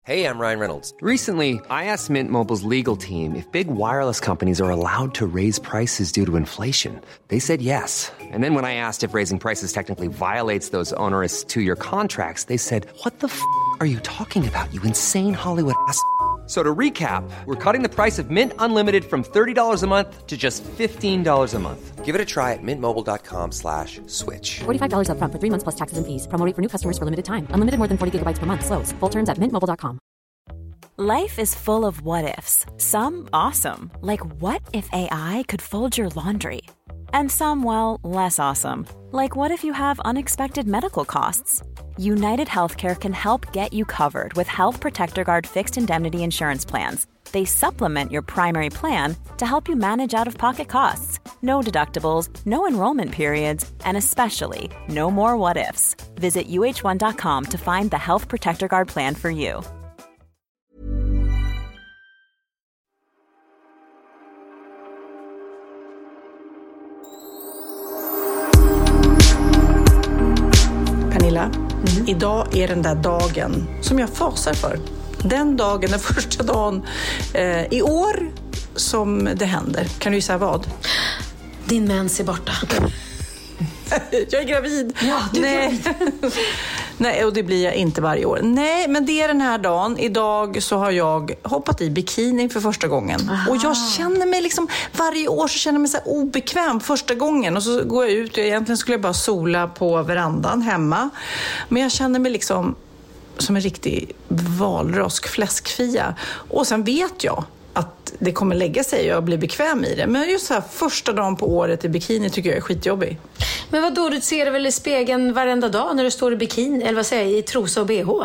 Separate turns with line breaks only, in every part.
Hey, I'm Ryan Reynolds.
Recently, I asked Mint Mobile's legal team if big wireless companies are allowed to raise prices due to inflation. They said yes. And then when I asked if raising prices technically violates those onerous two-year contracts, they said, "What the f*** are you talking about, you insane Hollywood ass?" So to recap, we're cutting the price of Mint Unlimited from $30 a month to just $15 a month.
Give it a try at mintmobile.com/switch.
$45 up front for 3 months plus taxes and fees. Promo rate for new customers for limited time. Unlimited more than 40 gigabytes per month. Slows full terms at mintmobile.com.
Life is full of what-ifs. Some awesome, like what if AI could fold your laundry? And some, well, less awesome, like what if you have unexpected medical costs? United Healthcare can help get you covered with Health Protector Guard fixed indemnity insurance plans. They supplement your primary plan to help you manage out-of-pocket costs. No deductibles, no enrollment periods, and especially no more what-ifs. Visit uh1.com to find the Health Protector Guard plan for you.
Pernilla, idag är den där dagen som jag fasar för. Den dagen, den första dagen i år som det händer. Kan du gissa vad?
Din mens är borta.
Jag är gravid.
Ja, du är
Nej.
gravid.
Nej, och det blir jag inte varje år. Nej, men det är den här dagen. Idag så har jag hoppat i bikini för första gången.
Aha.
Och jag känner mig liksom, varje år så känner jag mig så här obekväm första gången. Och så går jag ut och egentligen skulle jag bara sola på verandan hemma. Men jag känner mig liksom som en riktig valrosk fläskfia. Och sen vet jag att det kommer lägga sig och jag blir bekväm i det. Men just så här första dagen på året i bikini tycker jag är skitjobbig.
Men vad då, du ser väl i spegeln varenda dag när du står i bikini, eller vad säger jag, i trosa och BH?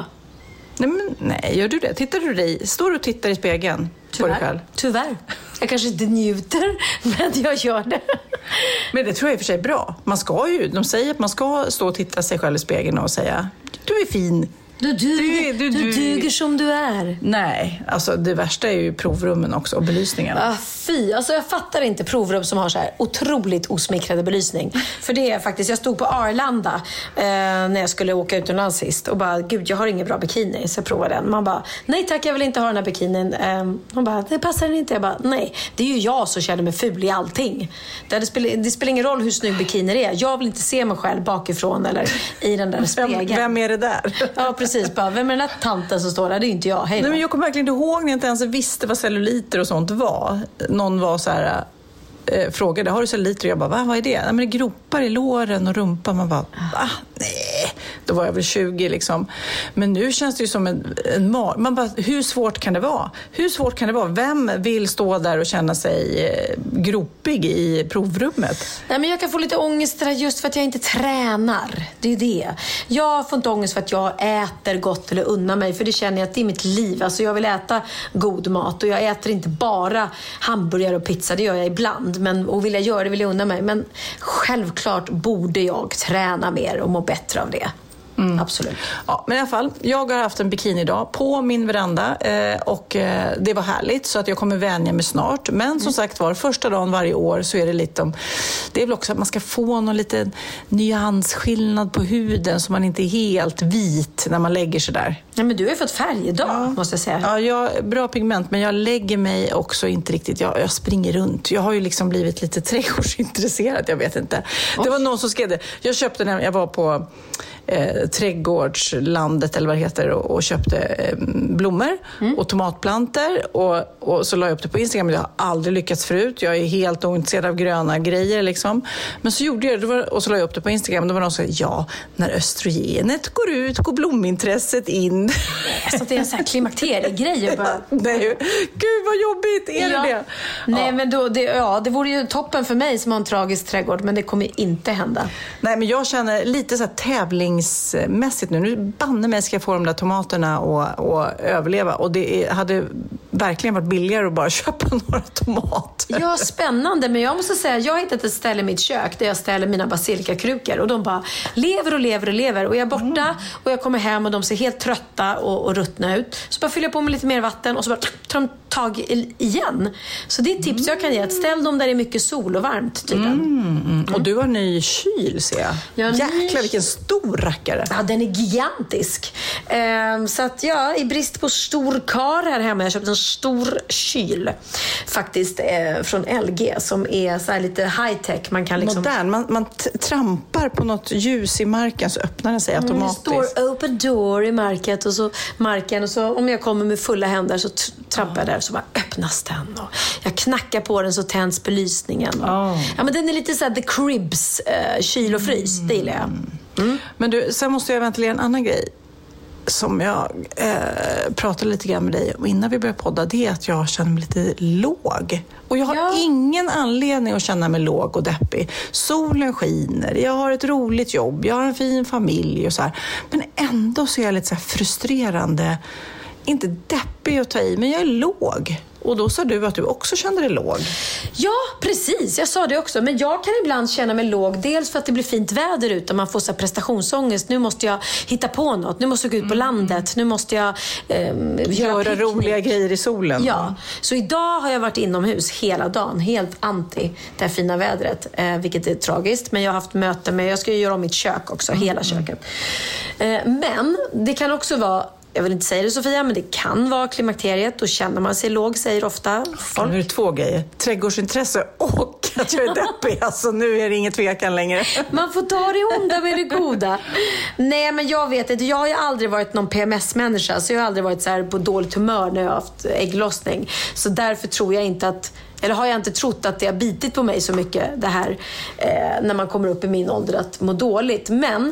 Nej, gör du det? Tittar du dig? Står du och tittar i spegeln på dig själv?
Tyvärr. Jag kanske inte njuter, men jag gör det.
Men det tror jag i och för sig är bra. Man ska ju, de säger att man ska stå och titta sig själv i spegeln och säga, du är fin.
Du duger som du är.
Nej, alltså det värsta är ju provrummen också och belysningen.
Fy, alltså jag fattar inte provrum som har så här otroligt osmickrade belysning. För det är faktiskt, jag stod på Arlanda när jag skulle åka utomlands sist och bara, gud jag har ingen bra bikini, så jag provade den. Man bara, nej tack, jag vill inte ha den här bikinin. Man bara, det passar inte. Jag bara, nej, det är ju jag som känner mig ful i allting. Det spelar ingen roll hur snygg bikini det är. Jag vill inte se mig själv bakifrån eller i den där spegeln.
Vem är det där?
Ja, precis. Bara, vem är den där tanten som står där? Det är ju inte jag. Hej då.
Nej, men jag kommer verkligen inte ihåg när jag inte ens visste vad celluliter och sånt var. Någon var så här, frågade, har du celluliter? Och jag bara, vad är det? Nej, men det gropar i låren och rumpan. Man bara, va? Nej. Då var jag väl 20 liksom. Men nu känns det ju som en man bara, hur svårt kan det vara? Hur svårt kan det vara? Vem vill stå där och känna sig gropig i provrummet?
Nej, men jag kan få lite ångest just för att jag inte tränar. Det är det. Jag får inte ångest för att jag äter gott eller unnar mig. För det känner jag att det är mitt liv. Alltså jag vill äta god mat. Och jag äter inte bara hamburgare och pizza. Det gör jag ibland. Och vill jag göra det vill jag unna mig. Men självklart borde jag träna mer och må bättre av det. Absolut.
Ja, men i alla fall, jag har haft en bikini idag på min veranda och det var härligt, så att jag kommer vänja mig snart. Men som sagt var, första dagen varje år så är det lite om, det är väl också att man ska få någon liten nyansskillnad på huden så man inte är helt vit när man lägger sig där.
Ja, men du har ju fått färg idag, måste jag säga.
Ja, jag har bra pigment, men jag lägger mig också inte riktigt. Jag springer runt. Jag har ju liksom blivit lite trädgårdsintresserad, jag vet inte. Det var någon som skrev det. Jag köpte när jag var på trädgårdslandet eller vad det heter och köpte blommor och tomatplanter och så la jag upp det på Instagram, men jag har aldrig lyckats förut. Jag är helt ointresserad av gröna grejer liksom. Men så gjorde jag det och så la jag upp det på Instagram och det var någon som sa, ja, när östrogenet går ut går blomintresset in.
Så det är en sån här klimakteriegrej.
Nej, gud vad jobbigt, är det det?
Nej, men då, det vore ju toppen för mig som har en tragisk trädgård, men det kommer inte hända.
Nej, men jag känner lite så här tävlingsmässigt nu banne mig ska jag få de där tomaterna och överleva, och det hade verkligen varit billigare att bara köpa några tomater.
Ja, spännande, men jag måste säga, jag har hittat ett ställe i mitt kök där jag ställer mina basilikakrukor och de bara lever och lever och lever, och jag är borta och jag kommer hem och de ser helt trötta och ruttna ut, så bara fyller jag på med lite mer vatten och så bara tar de tag igen. Så det är ett tips jag kan ge. Att ställ dem där det är mycket sol och varmt tydligen.
Och du har ny kyl, ser jag. Jäklar, vilken stor rackare.
Ja, den är gigantisk. Så att i brist på stor kar här hemma. Jag köpte en stor kyl. Faktiskt från LG. Som är så här lite high-tech. Man kan liksom...
Modern. Man trampar på något ljus i marken så öppnar den sig automatiskt.
Det står open door i marken. Och så om jag kommer med fulla händer så trampar jag där. Så bara öppnas den. Och jag knackar på den så tänds belysningen. Ja, men den är lite så här The Cribs kyl och frys. Det gillar jag.
Men du, sen måste jag ventilera en annan grej som jag pratade lite grann med dig och innan vi började podda, det är att jag känner mig lite låg. Och jag har ingen anledning att känna mig låg och deppig. Solen skiner, jag har ett roligt jobb, jag har en fin familj och så här. Men ändå så är jag lite så här frustrerande, inte deppig att ta i, men jag är låg. Och då sa du att du också kände dig låg.
Ja, precis. Jag sa det också. Men jag kan ibland känna mig låg. Dels för att det blir fint väder ute och man får så här prestationsångest. Nu måste jag hitta på något. Nu måste jag gå ut på landet. Nu måste jag
göra roliga grejer i solen.
Ja, så idag har jag varit inomhus hela dagen. Helt anti det här fina vädret. Vilket är tragiskt. Men jag har haft möte med... Jag ska ju göra om mitt kök också. Hela köket. Men det kan också vara... Jag vill inte säga det, Sofia, men det kan vara klimakteriet. Då känner man sig låg, säger ofta folk.
Nu är det 2 grejer. Trädgårdsintresse och att jag är deppig. Alltså nu är det inget tvekan längre.
Man får ta det onda med det goda. Nej, men jag vet inte. Jag har ju aldrig varit någon PMS-människa. Så jag har aldrig varit så här på dåligt humör när jag har haft ägglossning. Så därför tror jag inte att... Eller har jag inte trott att det har bitit på mig så mycket det här när man kommer upp i min ålder att må dåligt. Men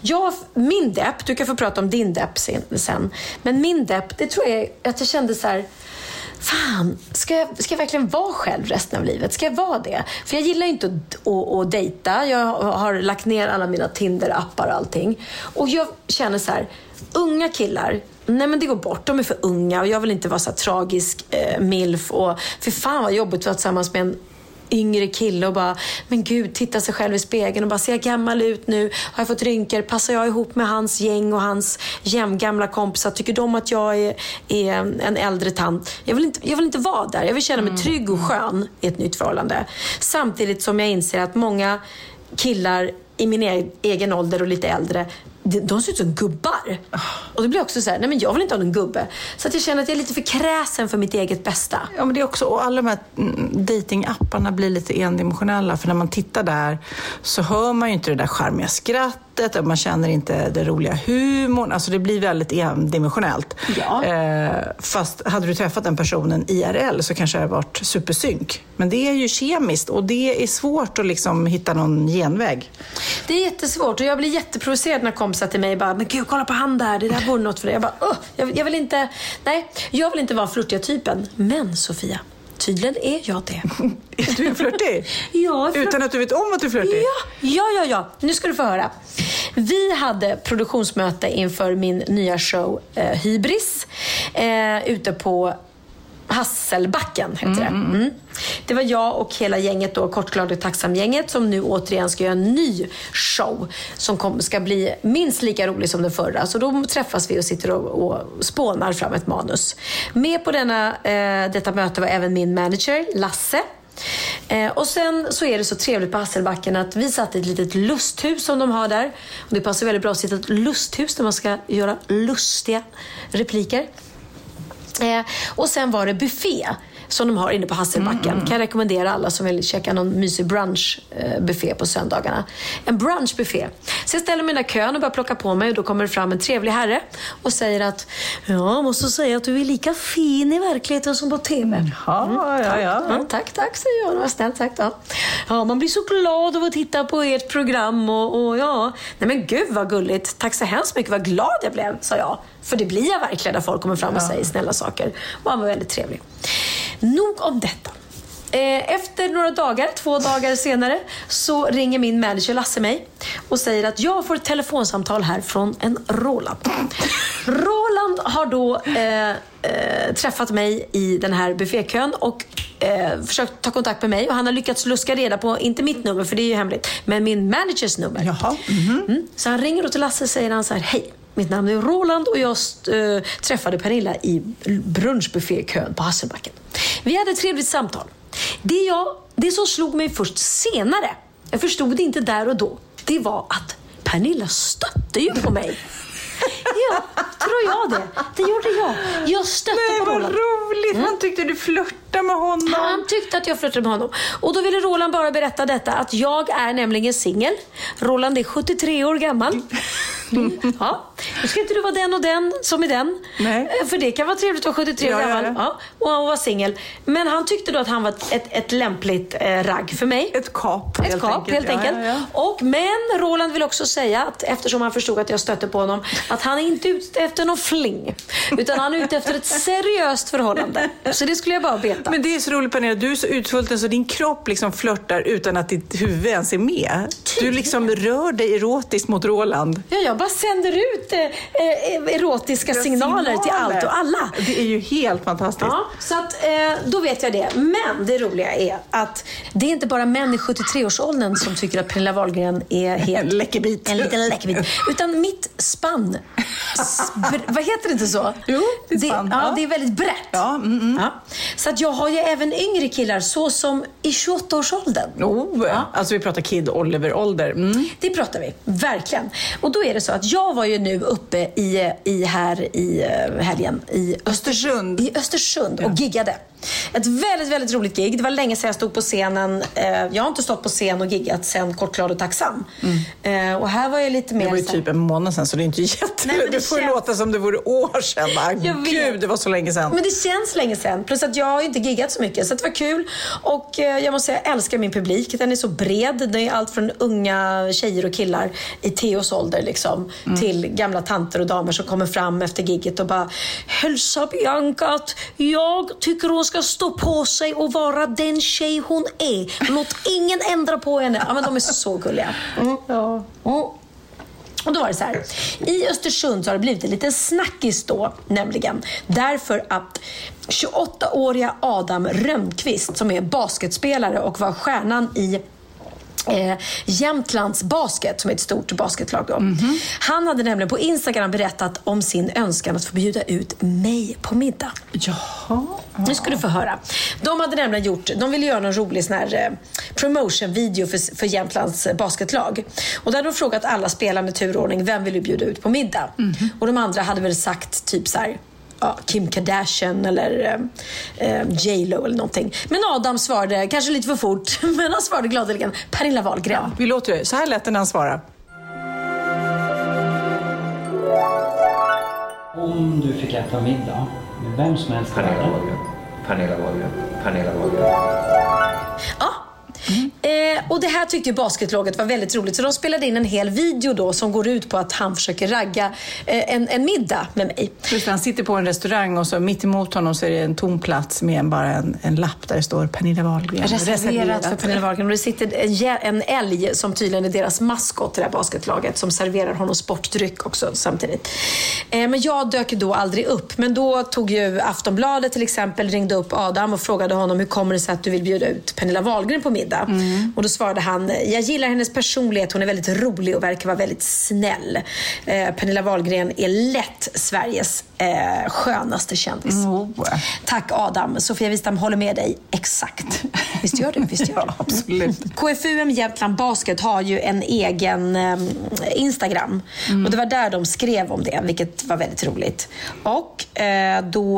min depp, du kan få prata om din depp sen. Men min depp, det tror jag att jag kände så här... Fan, ska jag verkligen vara själv resten av livet? Ska jag vara det? För jag gillar inte att dejta. Jag har lagt ner alla mina Tinder-appar och allting. Och jag känner så här, unga killar... Nej, men det går bort. De är för unga och jag vill inte vara så tragisk milf. Och för fan vad jobbigt att vara tillsammans med en yngre kille och bara, men gud, titta sig själv i spegeln och bara, ser jag gammal ut nu? Har jag fått rynkor? Passar jag ihop med hans gäng och hans jämngamla kompisar? Tycker de att jag är en äldre tant? Jag vill inte vara där. Jag vill känna mig trygg och skön i ett nytt förhållande. Samtidigt som jag inser att många killar i min egen ålder och lite äldre, de ser ut som gubbar. Och det blir också så här, nej men jag vill inte ha någon gubbe. Så att jag känner att jag är lite för kräsen för mitt eget bästa.
Ja, men det är också, och alla de här datingapparna blir lite endimensionella. För när man tittar där så hör man ju inte det där charmiga skrattet och man känner inte det roliga humorn. Alltså det blir väldigt endimensionellt.
Ja.
Fast hade du träffat den personen IRL så kanske det hade varit supersynk. Men det är ju kemiskt och det är svårt att liksom hitta någon genväg.
Det är jättesvårt och jag blir jätteprovocerad när kompisar till mig bara, men gud, kolla på han där, det där vore något för dig. Jag bara, jag vill inte vara flirtiga typen. Men Sofia, tydligen är jag det.
Är du flirtig?
Ja.
Utan att du vet om att du är flirtig?
Ja. Nu ska du få höra. Vi hade produktionsmöte inför min nya show Hybris ute på Hasselbacken heter det. Det var jag och hela gänget då, Kortklart och Tacksam-gänget, som nu återigen ska göra en ny show som ska bli minst lika rolig som den förra. Så då träffas vi och sitter och spånar fram ett manus. Med på detta möte var även min manager Lasse. Och sen så är det så trevligt på Hasselbacken att vi satt i ett litet lusthus som de har där. Och det passar väldigt bra att sitta i ett lusthus när man ska göra lustiga repliker. Och sen var det buffé som de har inne på Hasselbacken. Kan jag rekommendera alla som vill käka någon mysig brunchbuffé på söndagarna. En brunchbuffé. Så jag ställer mig i den där kön och börjar plocka på mig. Och då kommer det fram en trevlig herre och säger att jag måste säga att du är lika fin i verkligheten som på TV. Ja. Tack, säger jag. Det var snällt sagt. Ja, man blir så glad av att titta på ert program och ja. Nej men gud vad gulligt. Tack så hemskt mycket, vad glad jag blev, sa jag. För det blir jag verkligen när folk kommer fram och säger snälla saker. Och han var väldigt trevlig. Nog om detta. Efter några dagar, 2 dagar senare, så ringer min manager Lasse mig och säger att jag får ett telefonsamtal här från en Roland. Roland har då träffat mig i den här buffékön och försökt ta kontakt med mig. Och han har lyckats luska reda på, inte mitt nummer för det är ju hemligt, men min managers nummer.
Jaha.
Så han ringer då till Lasse och säger han så här: hej, mitt namn är Roland och jag träffade Pernilla i brunchbuffékön på Hasselbacken. Vi hade ett trevligt samtal. Det som slog mig först senare, jag förstod det inte där och då, det var att Pernilla stötte ju på mig. Ja, tror jag det. Det gjorde jag. Jag stötte på Roland.
Men vad roligt. Han tyckte du flörtade med honom.
Han tyckte att jag flörtade med honom. Och då ville Roland bara berätta detta, att jag är nämligen singel. Roland är 73 år gammal. Ja. Nu ska inte du vara den och den som är den.
Nej.
För det kan vara trevligt att vara 73 år gammal. Ja. Och han var singel. Men han tyckte då att han var ett lämpligt ragg för mig.
Ett kap
helt enkelt. Ja. Men Roland vill också säga att eftersom han förstod att jag stötte på honom, att han är inte ute efter någon fling, utan han är ute efter ett seriöst förhållande. Så det skulle jag bara veta.
Men det är så roligt, Pernilla. Du är så utsvulten så din kropp liksom flörtar utan att ditt huvud ens är med. Du liksom rör dig erotiskt mot Roland.
Ja, jag bara sänder ut erotiska signaler till allt och alla.
Det är ju helt fantastiskt.
Ja, så att då vet jag det. Men det roliga är att det är inte bara män i 73-årsåldern som tycker att Pernilla Wahlgren är helt
en läckerbit.
En liten läckerbit. Utan mitt spann. Vad heter det inte så?
Jo, det är spann.
Ja, det är väldigt brett.
Ja,
Ja. Så att jag har ju även yngre killar, så som i 28-årsåldern.
Alltså vi pratar Kid Oliver-ålder.
Det pratar vi, verkligen. Och då är det så att jag var ju nu uppe i helgen i
Östersund.
I Östersund och giggade. Ett väldigt, väldigt roligt gig. Det var länge sedan jag stod på scenen. Jag har inte stått på scen och giggat sen Kort, glad och tacksam. Och här var jag lite mer...
Det var ju typ en månad sedan, så det är inte det får ju låta som det vore år sedan. Gud, det var så länge sedan.
Men det känns länge sedan. Plus att jag har inte giggat så mycket, så det var kul. Och jag måste säga, jag älskar min publik. Den är så bred. Det är allt från unga tjejer och killar i Theos ålder liksom, till gamla tanter och damer som kommer fram efter gigget och bara: hälsa Bianca att jag tycker hon ska stå på sig och vara den tjej hon är. Låt ingen ändra på henne. Ja, men de är så gulliga. Ja. Och då var det så här. I Östersund så har det blivit en liten snackis då, nämligen. Därför att 28-åriga Adam Rönnqvist, som är basketspelare och var stjärnan i Jämtlands Basket, som är ett stort basketlag då. Han hade nämligen på Instagram berättat om sin önskan att få bjuda ut mig på middag.
Jaha.
Nu ska du få höra. De ville göra någon rolig sån här promotion-video för Jämtlands basketlag. Och där hade de frågat alla spelande turordning: vem vill du bjuda ut på middag? Och de andra hade väl sagt typ så här: Kim Kardashian eller J.Lo eller någonting. Men Adam svarade, kanske lite för fort, men han svarade gladeligen: Pernilla Wahlgren.
Ja, vi låter det. Så här lät det när han svarade.
Om du fick äta middag med vem som helst.
Pernilla Wahlgren.
Ja. Och det här tyckte ju basketlaget var väldigt roligt, så de spelade in en hel video då som går ut på att han försöker ragga en middag med mig.
Just, han sitter på en restaurang och så mitt emot honom så är det en tom plats med bara en lapp där det står Pernilla Wahlgren.
Reserverat för Pernilla Wahlgren. Och det sitter en älg som tydligen är deras maskot, det där basketlaget, som serverar honom sportdryck också samtidigt. Men jag dök då aldrig upp. Men då tog ju Aftonbladet till exempel, ringde upp Adam och frågade honom: hur kommer det sig att du vill bjuda ut Pernilla Wahlgren på middag? Och då svarade han: jag gillar hennes personlighet, hon är väldigt rolig och verkar vara väldigt snäll. Pernilla Wahlgren är lätt Sveriges skönaste kändis. Tack Adam. Sofia Wistam håller med dig. Exakt. Visst gör du?
Ja, absolut.
KFUM Jämtland Basket har ju en egen Instagram. Och det var där de skrev om det, vilket var väldigt roligt. Och då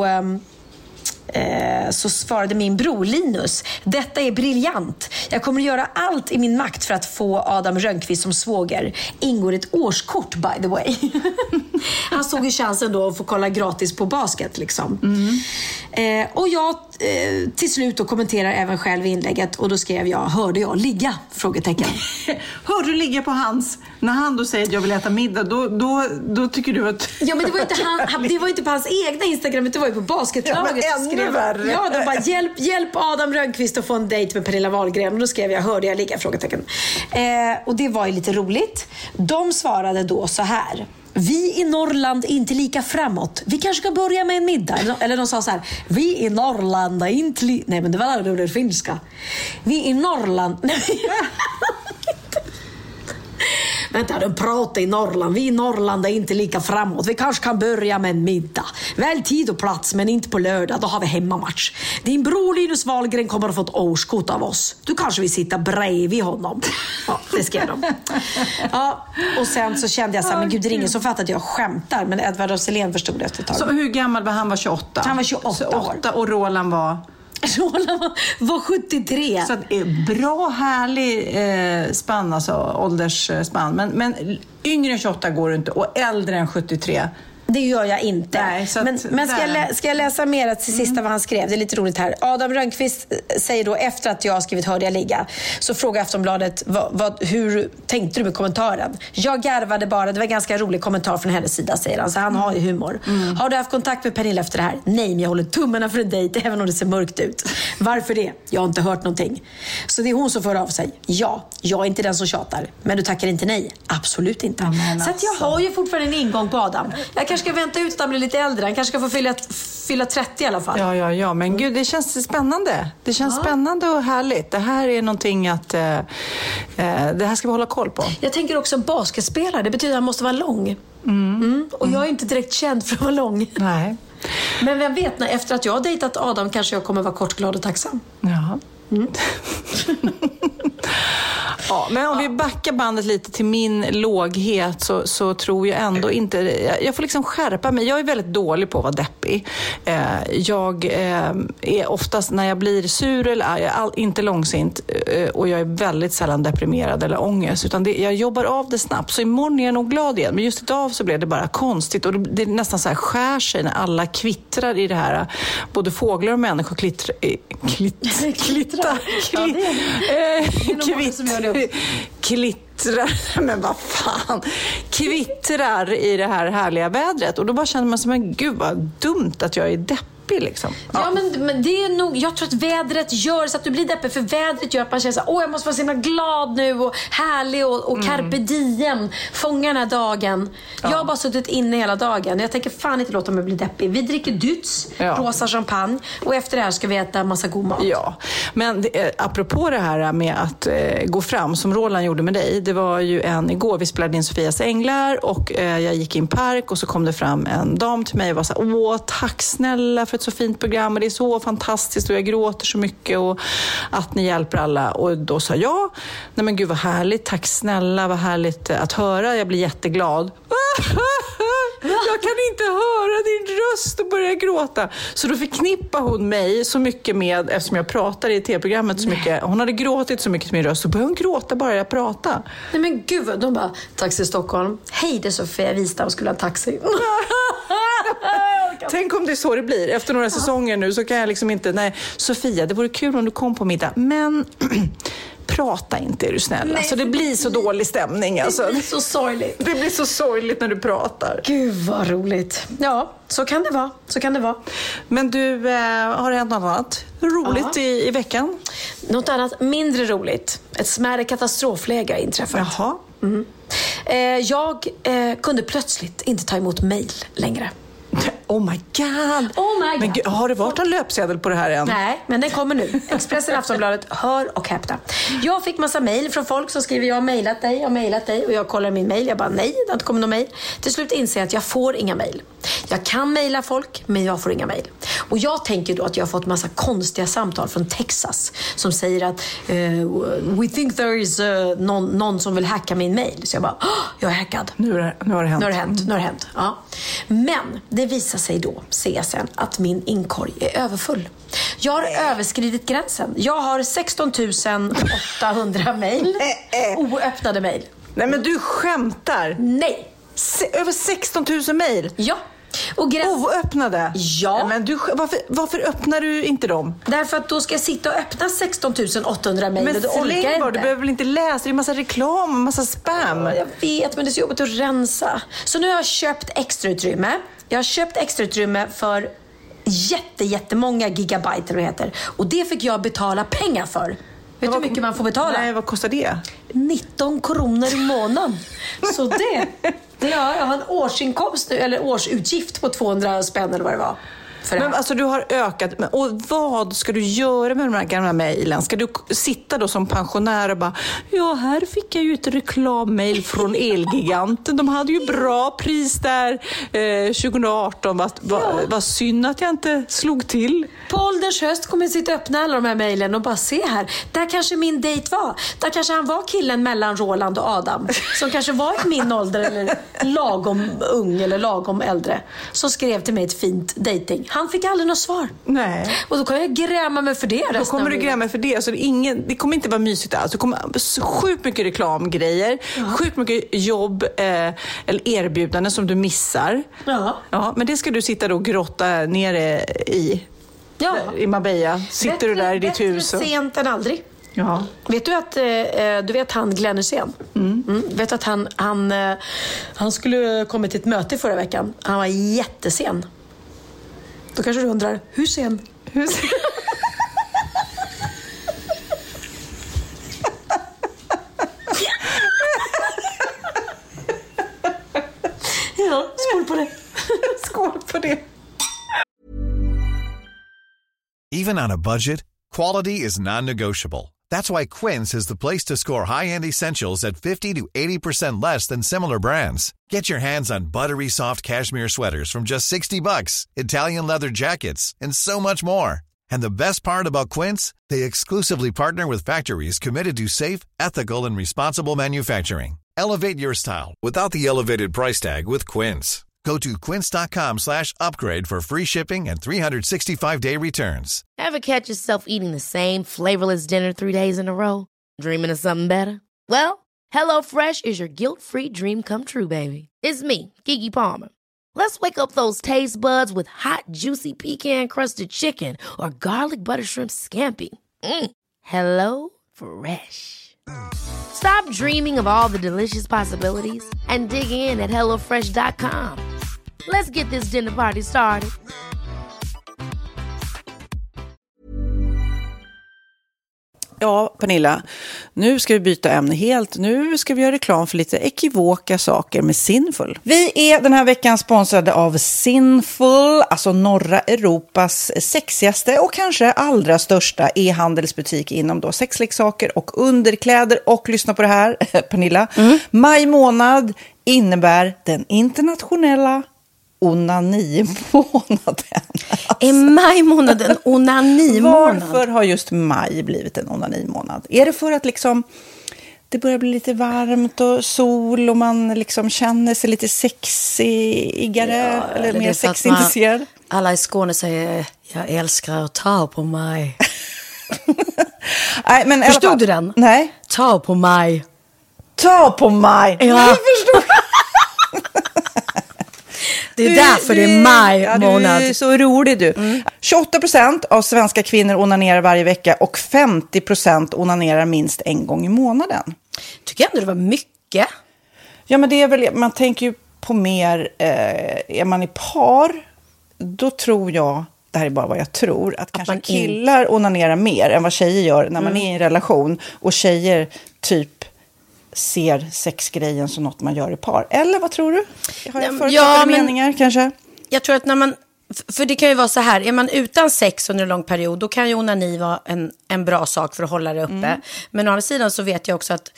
så svarade min bror Linus: detta är briljant. Jag kommer att göra allt i min makt för att få Adam Rönnqvist som svåger. Ingår ett årskort, by the way. Han såg ju chansen då att få kolla gratis på basket liksom. Och jag till slut då kommenterar även själv i inlägget, och då skrev jag: hörde jag ligga? Frågetecken.
Hörde du ligga på hans? När han då säger att jag vill äta middag, då tycker du att...
Ja, men det var inte det var inte på hans egna Instagram, det var ju på basketlaget.
Ja, ännu värre.
Ja, de bara: hjälp Adam Rönnqvist att få en dejt med Pernilla Wahlgren. Och då skrev jag: hörde jag ligga? Frågetecken. Och det var ju lite roligt. De svarade då så här: vi i Norrland är inte lika framåt. Vi kanske ska börja med en middag. Eller de sa så här: vi i Norrland är inte nej, men det var det finska. Vi i Norrland... Vänta, de pratar i Norrland. Vi i Norrland är inte lika framåt. Vi kanske kan börja med en middag. Väl tid och plats, men inte på lördag. Då har vi hemmamatch. Din bror Linus Wahlgren kommer att få ett årskort av oss. Du kanske vill sitta bredvid honom. Ja, det skrev de. Ja, och sen så kände jag så här, men gud, det är ingen som fattar att jag skämtar. Men Edvard af Sillén förstod det efter ett tag.
Så hur gammal var han? Var 28?
Han var 28 år.
Och Roland var?
Roland var 73.
Så att, bra, härlig spann, alltså åldersspann. Men yngre än 28 går det inte, och äldre än 73.
Det gör jag inte.
Nej,
men ska jag läsa mer till sista vad han skrev? Det är lite roligt här. Adam Rönnqvist säger då, efter att jag har skrivit Hörde jag ligga, så frågar Aftonbladet hur tänkte du med kommentaren? Jag garvade bara, det var en ganska rolig kommentar från hennes sida, säger han. Så han har ju humor. Har du haft kontakt med Pernilla efter det här? Nej, men jag håller tummarna för en dejt även om det ser mörkt ut. Varför det? Jag har inte hört någonting. Så det är hon som får av sig. Ja, jag är inte den som tjatar. Men du tackar inte nej? Absolut inte. Så att jag har ju fortfarande en ingång på Adam. Jag kanske ska vänta ut att han blir lite äldre. Han kanske ska få fylla 30 i alla fall.
Ja, men gud, det känns spännande. Det känns spännande och härligt. Det här är någonting att det här ska vi hålla koll på.
Jag tänker också basketspelare. Det betyder att han måste vara lång. Och jag är inte direkt känd för att vara lång.
Nej.
Men vem vet, efter att jag har dejtat Adam kanske jag kommer vara kort, glad och tacksam.
Ja. Ja, men om vi backar bandet lite till min låghet, så tror jag ändå inte, jag får liksom skärpa mig. Jag är väldigt dålig på att vara deppig. Jag är oftast, när jag blir sur eller arg, inte långsint, och jag är väldigt sällan deprimerad eller ångest, utan jag jobbar av det snabbt. Så imorgon är jag nog glad igen, men just idag så blev det bara konstigt, och det är nästan så här skär sig när alla kvittrar i det här. Både fåglar och människor kvittrar, men vad fan, kvittrar i det här härliga vädret, och då bara känner man som en gud vad dumt att jag är deppig liksom.
Ja, men det är nog, jag tror att vädret gör så att du blir deppig, för vädret gör att man känner så här, jag måste vara så himla glad nu och härlig och carpe diem, fånga den här dagen. Jag har bara suttit inne hela dagen. Jag tänker fan inte låta mig bli deppig. Vi dricker Dytz, rosa champagne, och efter det här ska vi äta massa god mat. Ja, men apropå det här med att gå fram som Roland gjorde med dig, det var ju igår vi spelade in Sofias Änglar, och jag gick i en park, och så kom det fram en dam till mig och var så här, tack snälla för ett så fint program, och det är så fantastiskt och jag gråter så mycket, och att ni hjälper alla. Och då sa jag, nej men gud vad härligt, tack snälla, vad härligt att höra, jag blir jätteglad. Jag kan inte höra din röst och börja gråta. Så då förknippar hon mig så mycket med, eftersom jag pratar i tv-programmet så mycket, hon hade gråtit så mycket till min röst, så började hon gråta bara jag prata. Nej men gud, de bara, taxi Stockholm, hej det är Sofia Wistam, skulle ha en taxi.
Tänk om det är så det blir. Efter några säsonger nu så kan jag liksom inte, nej Sofia, det vore kul om du kom på middag, men prata inte, är du snäll. Alltså, det blir så dålig stämning. Alltså.
Det blir så sorgligt.
Det blir så sorgligt när du pratar.
Gud vad roligt. Ja, så kan det vara. Så kan det vara.
Men du, har det hänt något annat roligt i veckan?
Något annat mindre roligt. Ett smärre katastrofläge har inträffat.
Jaha.
Jag kunde plötsligt inte ta emot mejl längre.
Oh my god. Men gud, har det varit en löpsedel på det här än?
Nej, men den kommer nu. Expressen, Aftonbladet, hör och häpna. Jag fick massa mejl från folk som skriver, jag har mejlat dig, och jag kollar min mejl. Jag bara, nej, det har inte kommit någon mejl. Till slut inser jag att jag får inga mejl. Jag kan mejla folk, men jag får inga mejl. Och jag tänker då att jag har fått massa konstiga samtal från Texas som säger att we think there is någon som vill hacka min mejl. Så jag bara, jag är hackad.
Nu har det hänt.
Ja. Men det visar sig då, CSN, att min inkorg är överfull. Jag har överskridit gränsen. Jag har 16 800 mejl. Oöppnade mejl.
Nej, men du skämtar.
Nej.
Över 16 000 mejl?
Ja. Och
oöppnade?
Ja.
Men du, varför öppnar du inte dem?
Därför att då ska jag sitta och öppna 16 800 mejl.
Men släng bara, du behöver väl inte läsa. Det är en massa reklam och massa spam.
Ja, jag vet, men det är så jobbigt att rensa. Så nu har jag köpt extrautrymme. Jag har köpt extrautrymme för jättemånga gigabyte, eller vad heter. Och det fick jag betala pengar för. Vet du hur mycket man får betala?
Nej, vad kostar det?
19 kronor i månaden. Så det jag har en årsinkomst nu, eller årsutgift på 200 spänn eller vad det var. för det här.
Men alltså du har ökat, och vad ska du göra med de här gamla mejlen? Ska du sitta då som pensionär och bara, ja, här fick jag ju ett reklammail från Elgiganten. De hade ju bra pris där 2018. Vad synd att jag inte slog till.
På ålderns höst kommer jag sitta och öppna alla de här mejlen och bara se här. Där kanske min dejt var. Där kanske han var killen mellan Roland och Adam. Som kanske var i min ålder eller lagom ung eller lagom äldre. Som skrev till mig ett fint dating. Han fick aldrig något svar.
Nej.
Och då kommer jag gräma mig för det.
Då kommer du gräma mig för det. Så det kommer inte vara mysigt alls. Det kommer sjukt mycket reklamgrejer. Sjukt mycket jobb eller erbjudanden som du missar. Ja, men det ska du sitta då och grotta nere i. Ja. I Marbella. Sitter du där i ditt hus.
Bättre sent än aldrig.
Ja.
Vet du att du vet han Glenn Hysén? Vet att han skulle komma till ett möte förra veckan. Han var jättesen. Då kanske du undrar, hur sen? Ja, skål på det.
Skål på det.
Even on a budget, quality is non-negotiable. That's why Quince is the place to score high-end essentials at 50 to 80% less than similar brands. Get your hands on buttery soft cashmere sweaters from just $60, Italian leather jackets, and so much more. And the best part about Quince, they exclusively partner with factories committed to safe, ethical, and responsible manufacturing. Elevate your style without the elevated price tag with Quince. Go to quince.com/upgrade for free shipping and 365-day returns.
Ever catch yourself eating the same flavorless dinner 3 days in a row? Dreaming of something better? Well, HelloFresh is your guilt-free dream come true, baby. It's me, Keke Palmer. Let's wake up those taste buds with hot, juicy pecan-crusted chicken or garlic butter shrimp scampi. Hello Fresh. Stop dreaming of all the delicious possibilities and dig in at HelloFresh.com. Let's get this dinner party started.
Ja, Pernilla, nu ska vi byta ämne helt. Nu ska vi göra reklam för lite ekivoka saker med Sinful. Vi är den här veckan sponsrade av Sinful, alltså norra Europas sexigaste och kanske allra största e-handelsbutik inom då sexleksaker och underkläder. Och lyssna på det här, Pernilla. Maj månad innebär den internationella onanimånaden.
Är maj månaden onanimånad?
Varför har just maj blivit en onanimånad? Är det för att liksom det börjar bli lite varmt och sol och man liksom känner sig lite sexigare eller mer sexintresserad?
Alla i Skåne säger, jag älskar att ta på mig.
Nej, men
förstod du den?
Nej.
Ta på mig.
Ta på mig.
Ja. Jag förstod. Det är därför det är maj månad.
Du är så rolig du. 28% av svenska kvinnor onanerar varje vecka och 50% onanerar minst en gång i månaden.
Tycker jag ändå det var mycket.
Ja, men det är väl, man tänker ju på mer, är man i par, då tror jag, det här är bara vad jag tror, att kanske killar onanerar mer än vad tjejer gör när man är i en relation. Och tjejer typ ser sexgrejen som något man gör i par. Eller vad tror du? Har jag förutsatta meningar kanske?
Jag tror att när man, för det kan ju vara så här, är man utan sex under en lång period, då kan ju onani vara en bra sak för att hålla det uppe. Men å andra sidan så vet jag också att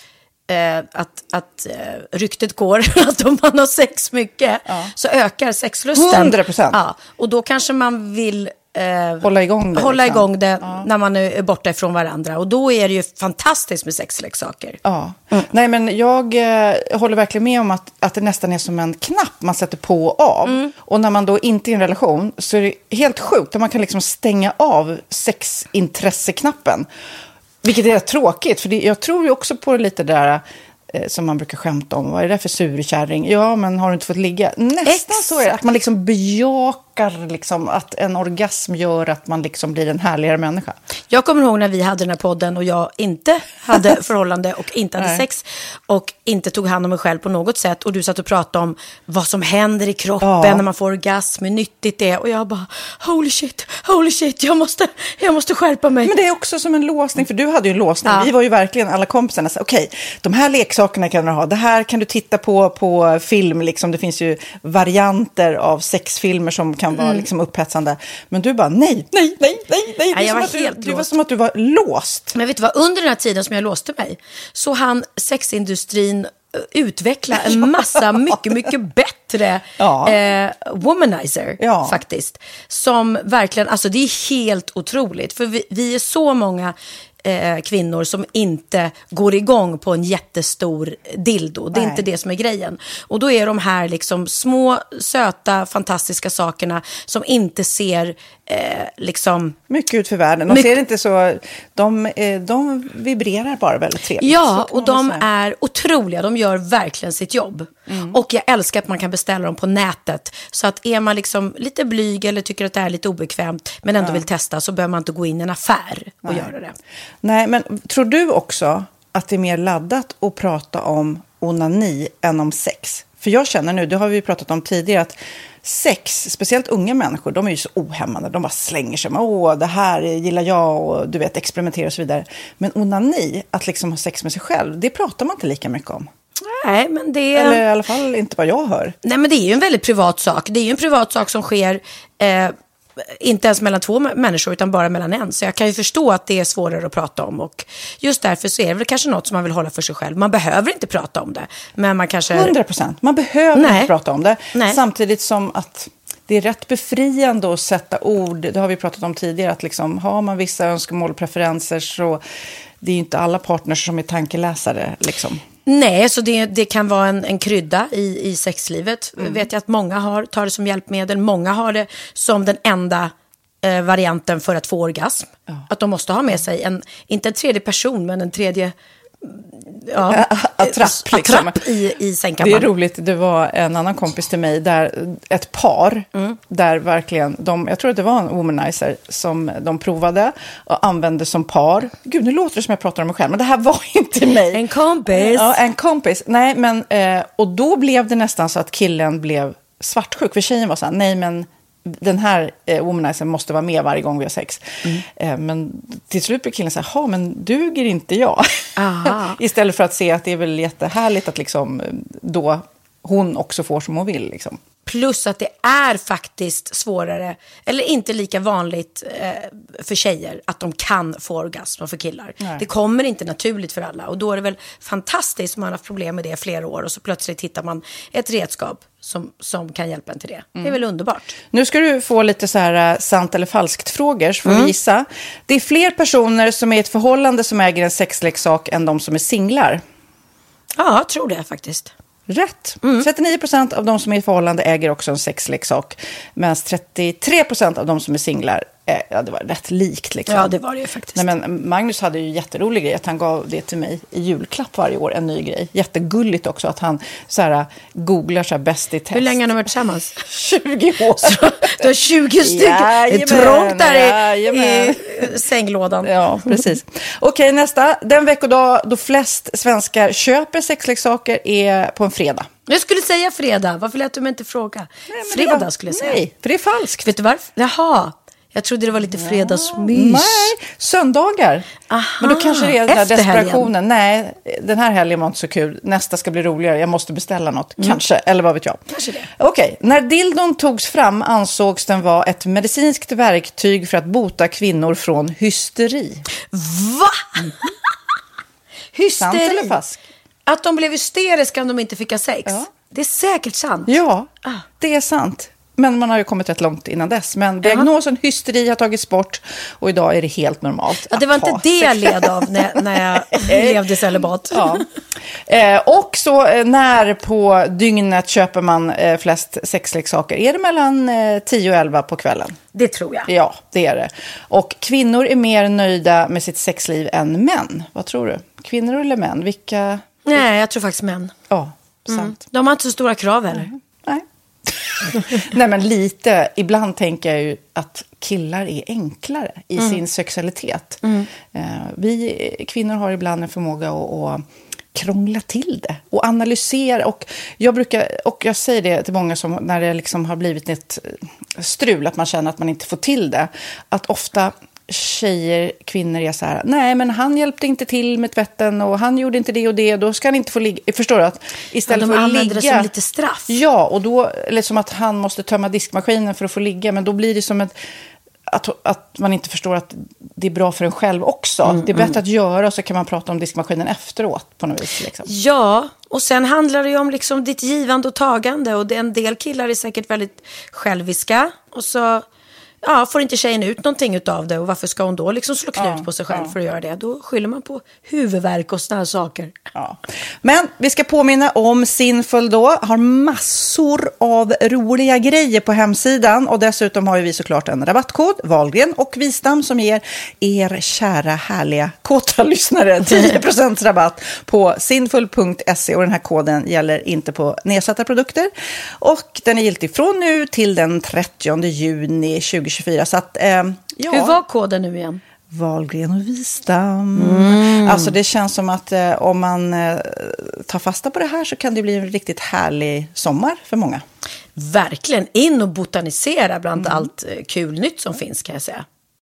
ryktet går att om man har sex mycket så ökar sexlusten.
100%.
Ja, och då kanske man vill
hålla igång det
när man är borta ifrån varandra. Och då är det ju fantastiskt med sexleksaker.
Ja. Nej, men jag håller verkligen med om att det nästan är som en knapp man sätter på och av. Och när man då inte är i en relation så är det helt sjukt att man kan liksom stänga av sexintresseknappen. Vilket är tråkigt, för jag tror ju också på lite där som man brukar skämta om. Vad är det för surkärring? Ja, men har du inte fått ligga? Nästan så är det, att man liksom bejakar liksom att en orgasm gör att man liksom blir en härligare människa.
Jag kommer ihåg när vi hade den här podden och jag inte hade förhållande och inte hade sex och inte tog hand om mig själv på något sätt. Och du satt och pratade om vad som händer i kroppen när man får orgasm, hur nyttigt det är. Och jag bara, holy shit, jag måste skärpa mig.
Men det är också som en låsning, för du hade ju en låsning. Vi var ju verkligen alla kompisarna. Okej, de här leksakerna kan du ha. Det här kan du titta på film. Liksom. Det finns ju varianter av sexfilmer som kan kan vara liksom upphetsande. Men du bara, nej. Det var som att du var låst.
Men vet du vad, under den här tiden som jag låste mig så hann sexindustrin utveckla en massa mycket bättre womanizer faktiskt. Som verkligen, alltså det är helt otroligt. För vi är så många kvinnor som inte går igång på en jättestor dildo. Det är inte det som är grejen. Och då är de här liksom små, söta, fantastiska sakerna som inte ser liksom...
mycket ut för världen. De ser inte så... De vibrerar bara väldigt trevligt.
Ja, och de är otroliga. De gör verkligen sitt jobb. Och jag älskar att man kan beställa dem på nätet. Så att är man liksom lite blyg eller tycker att det är lite obekvämt men ändå vill testa, så behöver man inte gå in i en affär och göra det.
Nej, men tror du också att det är mer laddat att prata om onani än om sex? För jag känner nu, det har vi pratat om tidigare, att sex, speciellt unga människor, de är ju så ohämmande. De bara slänger sig med, det här gillar jag och du vet, experimentera och så vidare. Men onani, att liksom ha sex med sig själv, det pratar man inte lika mycket om.
Nej, men det...
Eller i alla fall inte vad jag hör.
Nej, men det är ju en väldigt privat sak. Det är ju en privat sak som sker... inte ens mellan två människor utan bara mellan en. Så jag kan ju förstå att det är svårare att prata om. Och just därför så är det väl kanske något som man vill hålla för sig själv. Man behöver inte prata om det. Men man kanske...
100%. Man behöver inte prata om det. Nej. Samtidigt som att det är rätt befriande att sätta ord. Det har vi pratat om tidigare. Att liksom, har man vissa önskemål och preferenser så det är ju inte alla partners som är tankeläsare liksom.
Nej, så det kan vara en krydda i sexlivet. Vet jag att många tar det som hjälpmedel. Många har det som den enda varianten för att få orgasm. Ja. Att de måste ha med sig inte en tredje person, men en tredje... attrapp i sängkammaren.
Det är roligt, det var en annan kompis till mig där ett par där verkligen jag tror att det var en womanizer som de provade och använde som par. Gud, nu låter det som jag pratar om mig själv, men det här var inte mig.
En kompis.
Ja, en kompis. Nej, men och då blev det nästan så att killen blev svartsjuk, för tjejen var så här, nej men den här womanizer måste vara med varje gång vi har sex. Men till slut blir killen så här, men duger inte jag? Istället för att se att det är väl jättehärligt att liksom då hon också får som hon vill liksom.
Plus att det är faktiskt svårare, eller inte lika vanligt för tjejer att de kan få orgasm för killar. Nej. Det kommer inte naturligt för alla. Och då är det väl fantastiskt om man har haft problem med det i flera år. Och så plötsligt hittar man ett redskap som kan hjälpa en till det. Det är väl underbart.
Nu ska du få lite så här sant eller falskt frågor, så får vi gissa. Det är fler personer som är i ett förhållande som äger en sexleksak än de som är singlar.
Ja, jag tror det faktiskt.
Rätt. 39% av de som är i förhållande äger också en sexleksak. Medan 33% av de som är singlar, det var rätt likt liksom.
Ja, det var det ju faktiskt.
Nej, men Magnus hade ju jätterolig grej att han gav det till mig i julklapp varje år, en ny grej. Jättegulligt också att han så här googlar så här bäst i test.
Hur länge har ni varit tillsammans?
20 år.
Så, du har 20 stycken. Det är trångt där i sänglådan.
Ja, precis. Okej, nästa. Den veckodag då flest svenskar köper sexleksaker är på en fredag.
Jag skulle säga fredag. Varför lät du mig inte fråga? Nej, fredag skulle jag säga.
Nej, för det är falskt.
Vet du varför? Jaha. Jag trodde det var lite fredagsmys.
Nej, söndagar. Aha, men då kanske det är den här desperationen. Nej, den här helgen var inte så kul. Nästa ska bli roligare. Jag måste beställa något. Kanske, eller vad vet jag.
Kanske det.
Okej, när dildon togs fram ansågs den vara ett medicinskt verktyg för att bota kvinnor från hysteri.
Va? Hysteri?
Sant eller falskt?
Att de blev hysteriska om de inte fick ha sex. Ja. Det är säkert sant.
Ja, det är sant. Men man har ju kommit rätt långt innan dess. Men diagnosen hysteri har tagits bort. Och idag är det helt normalt.
Ja, det var inte det jag led av när jag levde celibat.
Ja. Och så när på dygnet köper man flest sexleksaker? Är det mellan 10 och 11 på kvällen?
Det tror jag.
Ja, det är det. Och kvinnor är mer nöjda med sitt sexliv än män. Vad tror du? Kvinnor eller män? Vilka...
Nej, jag tror faktiskt män.
Ja, sant.
De har inte så stora krav heller.
Nej. Nej, men lite. Ibland tänker jag ju att killar är enklare i sin sexualitet. Vi kvinnor har ibland en förmåga att krångla till det och analysera. Och jag säger det till många som när det liksom har blivit ett strul, att man känner att man inte får till det. Att ofta kvinnor är så här, nej men han hjälpte inte till med tvätten och han gjorde inte det och det, då ska han inte få ligga. Förstår du? Att istället för att ligga,
det som lite straff.
Ja, och då eller som att han måste tömma diskmaskinen för att få ligga, men då blir det som att man inte förstår att det är bra för en själv också. Det är bättre att göra, och så kan man prata om diskmaskinen efteråt på något vis. Liksom.
Ja, och sen handlar det ju om liksom ditt givande och tagande. Och en del killar är säkert väldigt själviska. Och så får inte tjejen ut någonting utav det. Och varför ska hon då liksom slå knut på sig själv för att göra det? Då skyller man på huvudvärk och såna här saker.
Ja. Men vi ska påminna om Sinful då. Har massor av roliga grejer på hemsidan. Och dessutom har vi såklart en rabattkod, Wahlgren och Wistam, som ger er kära, härliga, kåta lyssnare 10% rabatt på sinful.se. Och den här koden gäller inte på nedsatta produkter. Och den är giltig från nu till den 30 juni 2024. Så att,
Hur var koden nu igen?
Wahlgren och Wistam. Alltså det känns som att om man tar fasta på det här så kan det bli en riktigt härlig sommar för många.
Verkligen, in och botanisera bland allt kul nytt som finns, kan jag säga.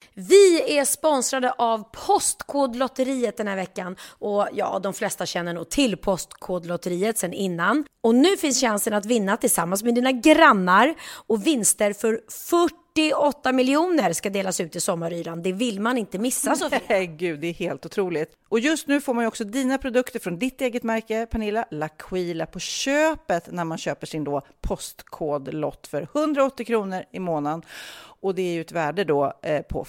Vi är sponsrade av Postkodlotteriet den här veckan. Och de flesta känner nog till Postkodlotteriet sen innan. Och nu finns chansen att vinna tillsammans med dina grannar. Och vinster för 48 miljoner ska delas ut i sommaryran. Det vill man inte missa, Sofie.
Gud, det är helt otroligt. Och just nu får man ju också dina produkter från ditt eget märke, Pernilla, L'Aquila, på köpet när man köper sin då postkodlott för 180 kronor i månaden. Och det är ju ett värde då på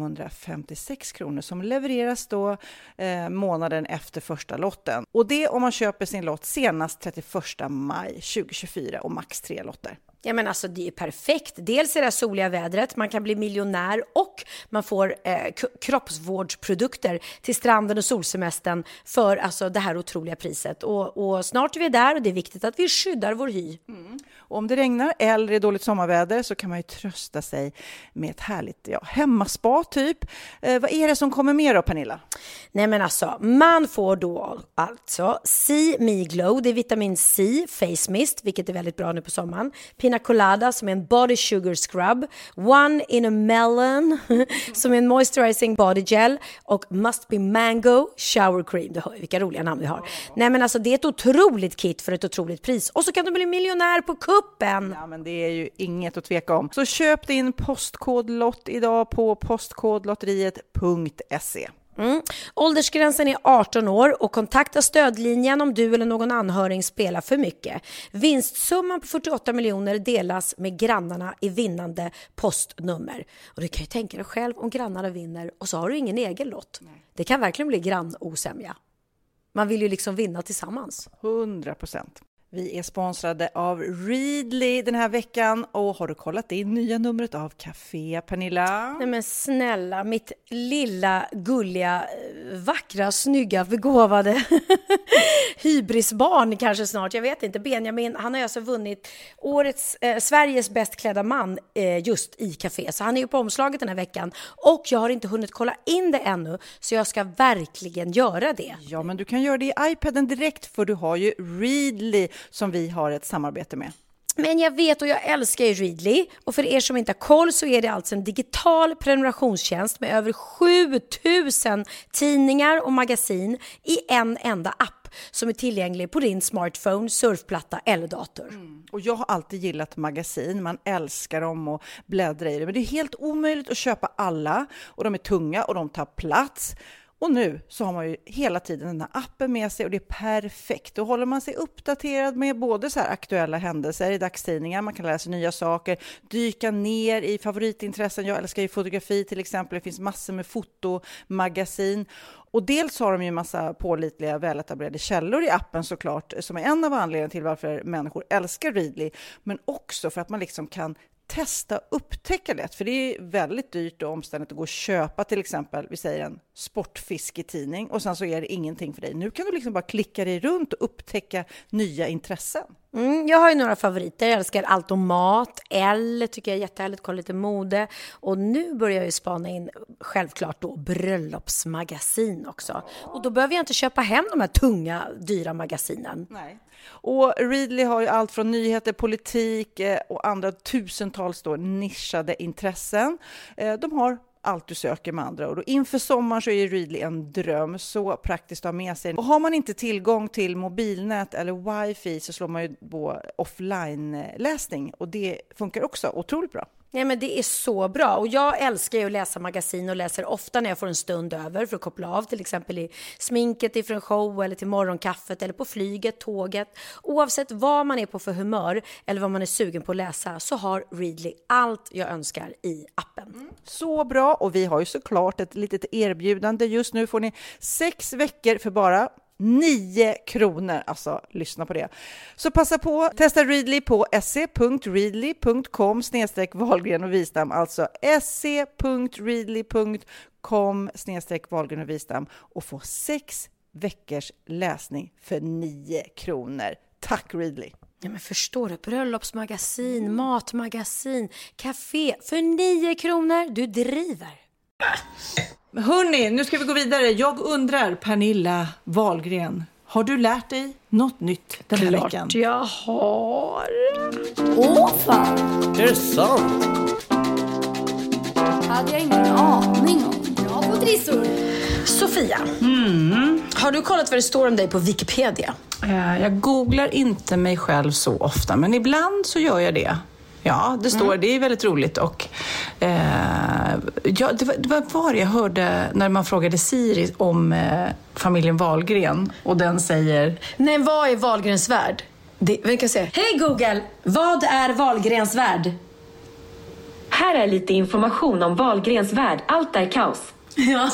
556 kronor som levereras då månaden efter första lotten. Och det om man köper sin lott senast 31 maj 2024 och max 3 lotter.
Ja, men alltså det är perfekt. Dels är det soliga vädret, man kan bli miljonär och man får kroppsvårdsprodukter till stranden och solsemestern för alltså det här otroliga priset. Och snart är vi där och det är viktigt att vi skyddar vår hy.
Och om det regnar eller är dåligt sommarväder så kan man ju trösta sig med ett härligt hemmaspa typ. Vad är det som kommer med då, Pernilla?
Nej men alltså, man får då alltså See Me Glow, det är vitamin C, face mist, vilket är väldigt bra nu på sommaren. Pina Colada som är en body sugar scrub, One in a Melon som är en moisturizing body gel och Must Be Mango shower cream. Du hör vilka roliga namn vi har. Nej men alltså det är ett otroligt kit för ett otroligt pris. Och så kan du bli miljonär på kuppen.
Ja men det är ju inget att tveka om. Så köp din postkodlott idag på postkodlotteriet.se.
Åldersgränsen är 18 år och kontakta stödlinjen om du eller någon anhörig spelar för mycket. Vinstsumman på 48 miljoner delas med grannarna i vinnande postnummer. Och du kan ju tänka dig själv om grannarna vinner och så har du ingen egen lott. Nej. Det kan verkligen bli grannosämja. Man vill ju liksom vinna tillsammans.
100%. Vi är sponsrade av Readly den här veckan. Och har du kollat det nya numret av Café, Pernilla?
Nej men snälla, mitt lilla, gulliga, vackra, snygga, begåvade hybrisbarn kanske snart. Jag vet inte. Benjamin, han har alltså vunnit årets Sveriges bäst klädda man just i Café. Så han är ju på omslaget den här veckan. Och jag har inte hunnit kolla in det ännu. Så jag ska verkligen göra det.
Ja, men du kan göra det i iPaden direkt. För du har ju Readly som vi har ett samarbete med.
Men jag vet och jag älskar ju Readly. Och för er som inte har koll så är det alltså en digital prenumerationstjänst med över 7000 tidningar och magasin i en enda app som är tillgänglig på din smartphone, surfplatta eller dator.
Och jag har alltid gillat magasin. Man älskar dem och bläddra i det. Men det är helt omöjligt att köpa alla. Och de är tunga och de tar plats. Och nu så har man ju hela tiden den här appen med sig och det är perfekt. Då håller man sig uppdaterad med både så här aktuella händelser i dagstidningar. Man kan lära sig nya saker, dyka ner i favoritintressen. Jag älskar ju fotografi till exempel. Det finns massor med fotomagasin. Och dels har de ju en massa pålitliga, väletablerade källor i appen såklart. Som är en av anledningarna till varför människor älskar Readly. Men också för att man liksom kan testa upptäcka lätt, för det är väldigt dyrt och omständigt att gå och köpa till exempel, vi säger en sportfisketidning och sen så är det ingenting för dig. Nu kan du liksom bara klicka dig runt och upptäcka nya intressen.
Jag har ju några favoriter. Jag älskar allt om mat. Elle tycker jag är jättehärligt. Kolla lite mode. Och nu börjar jag ju spana in självklart då bröllopsmagasin också. Och då behöver jag inte köpa hem de här tunga, dyra magasinen.
Nej. Och Readly har ju allt från nyheter, politik och andra tusentals då nischade intressen. De har
allt du söker med andra ord. Och inför sommaren så är Readly en dröm, så praktiskt att ha med sig. Och har man inte tillgång till mobilnät eller wifi så slår man ju på offline-läsning. Och det funkar också otroligt bra.
Ja, men det är så bra. Och jag älskar ju att läsa magasin och läser ofta när jag får en stund över för att koppla av. Till exempel i sminket ifrån show eller till morgonkaffet eller på flyget, tåget. Oavsett vad man är på för humör eller vad man är sugen på att läsa så har Readly allt jag önskar i appen.
Så bra, och vi har ju såklart ett litet erbjudande. Just nu får ni 6 veckor för bara 9 kronor, alltså lyssna på det. Så passa på, testa Readly på se.readly.com/Wahlgren och Wistam, alltså se.readly.com/Wahlgren och Wistam och få 6 veckors läsning för 9 kronor. Tack Readly!
Ja, men förstår du? Bröllopsmagasin, matmagasin, café för 9 kronor. Du driver.
Hörrni, nu ska vi gå vidare. Jag undrar, Pernilla Wahlgren, har du lärt dig något nytt den här veckan?
Klart jag har.
Åh fan!
Är det sant?
Hade jag ingen aning om. Bra på trissor.
Sofia, har du kollat vad det står om dig på Wikipedia?
Jag googlar inte mig själv så ofta, men ibland så gör jag det. Ja, det står, det är väldigt roligt. Och det var jag hörde när man frågade Siri om familjen Wahlgren, och den säger...
Nej, vad är Wahlgrens värld? Vi kan säga, hej Google, vad är Wahlgrens värld?
Här är lite information om Wahlgrens värld, allt är kaos.
Ja.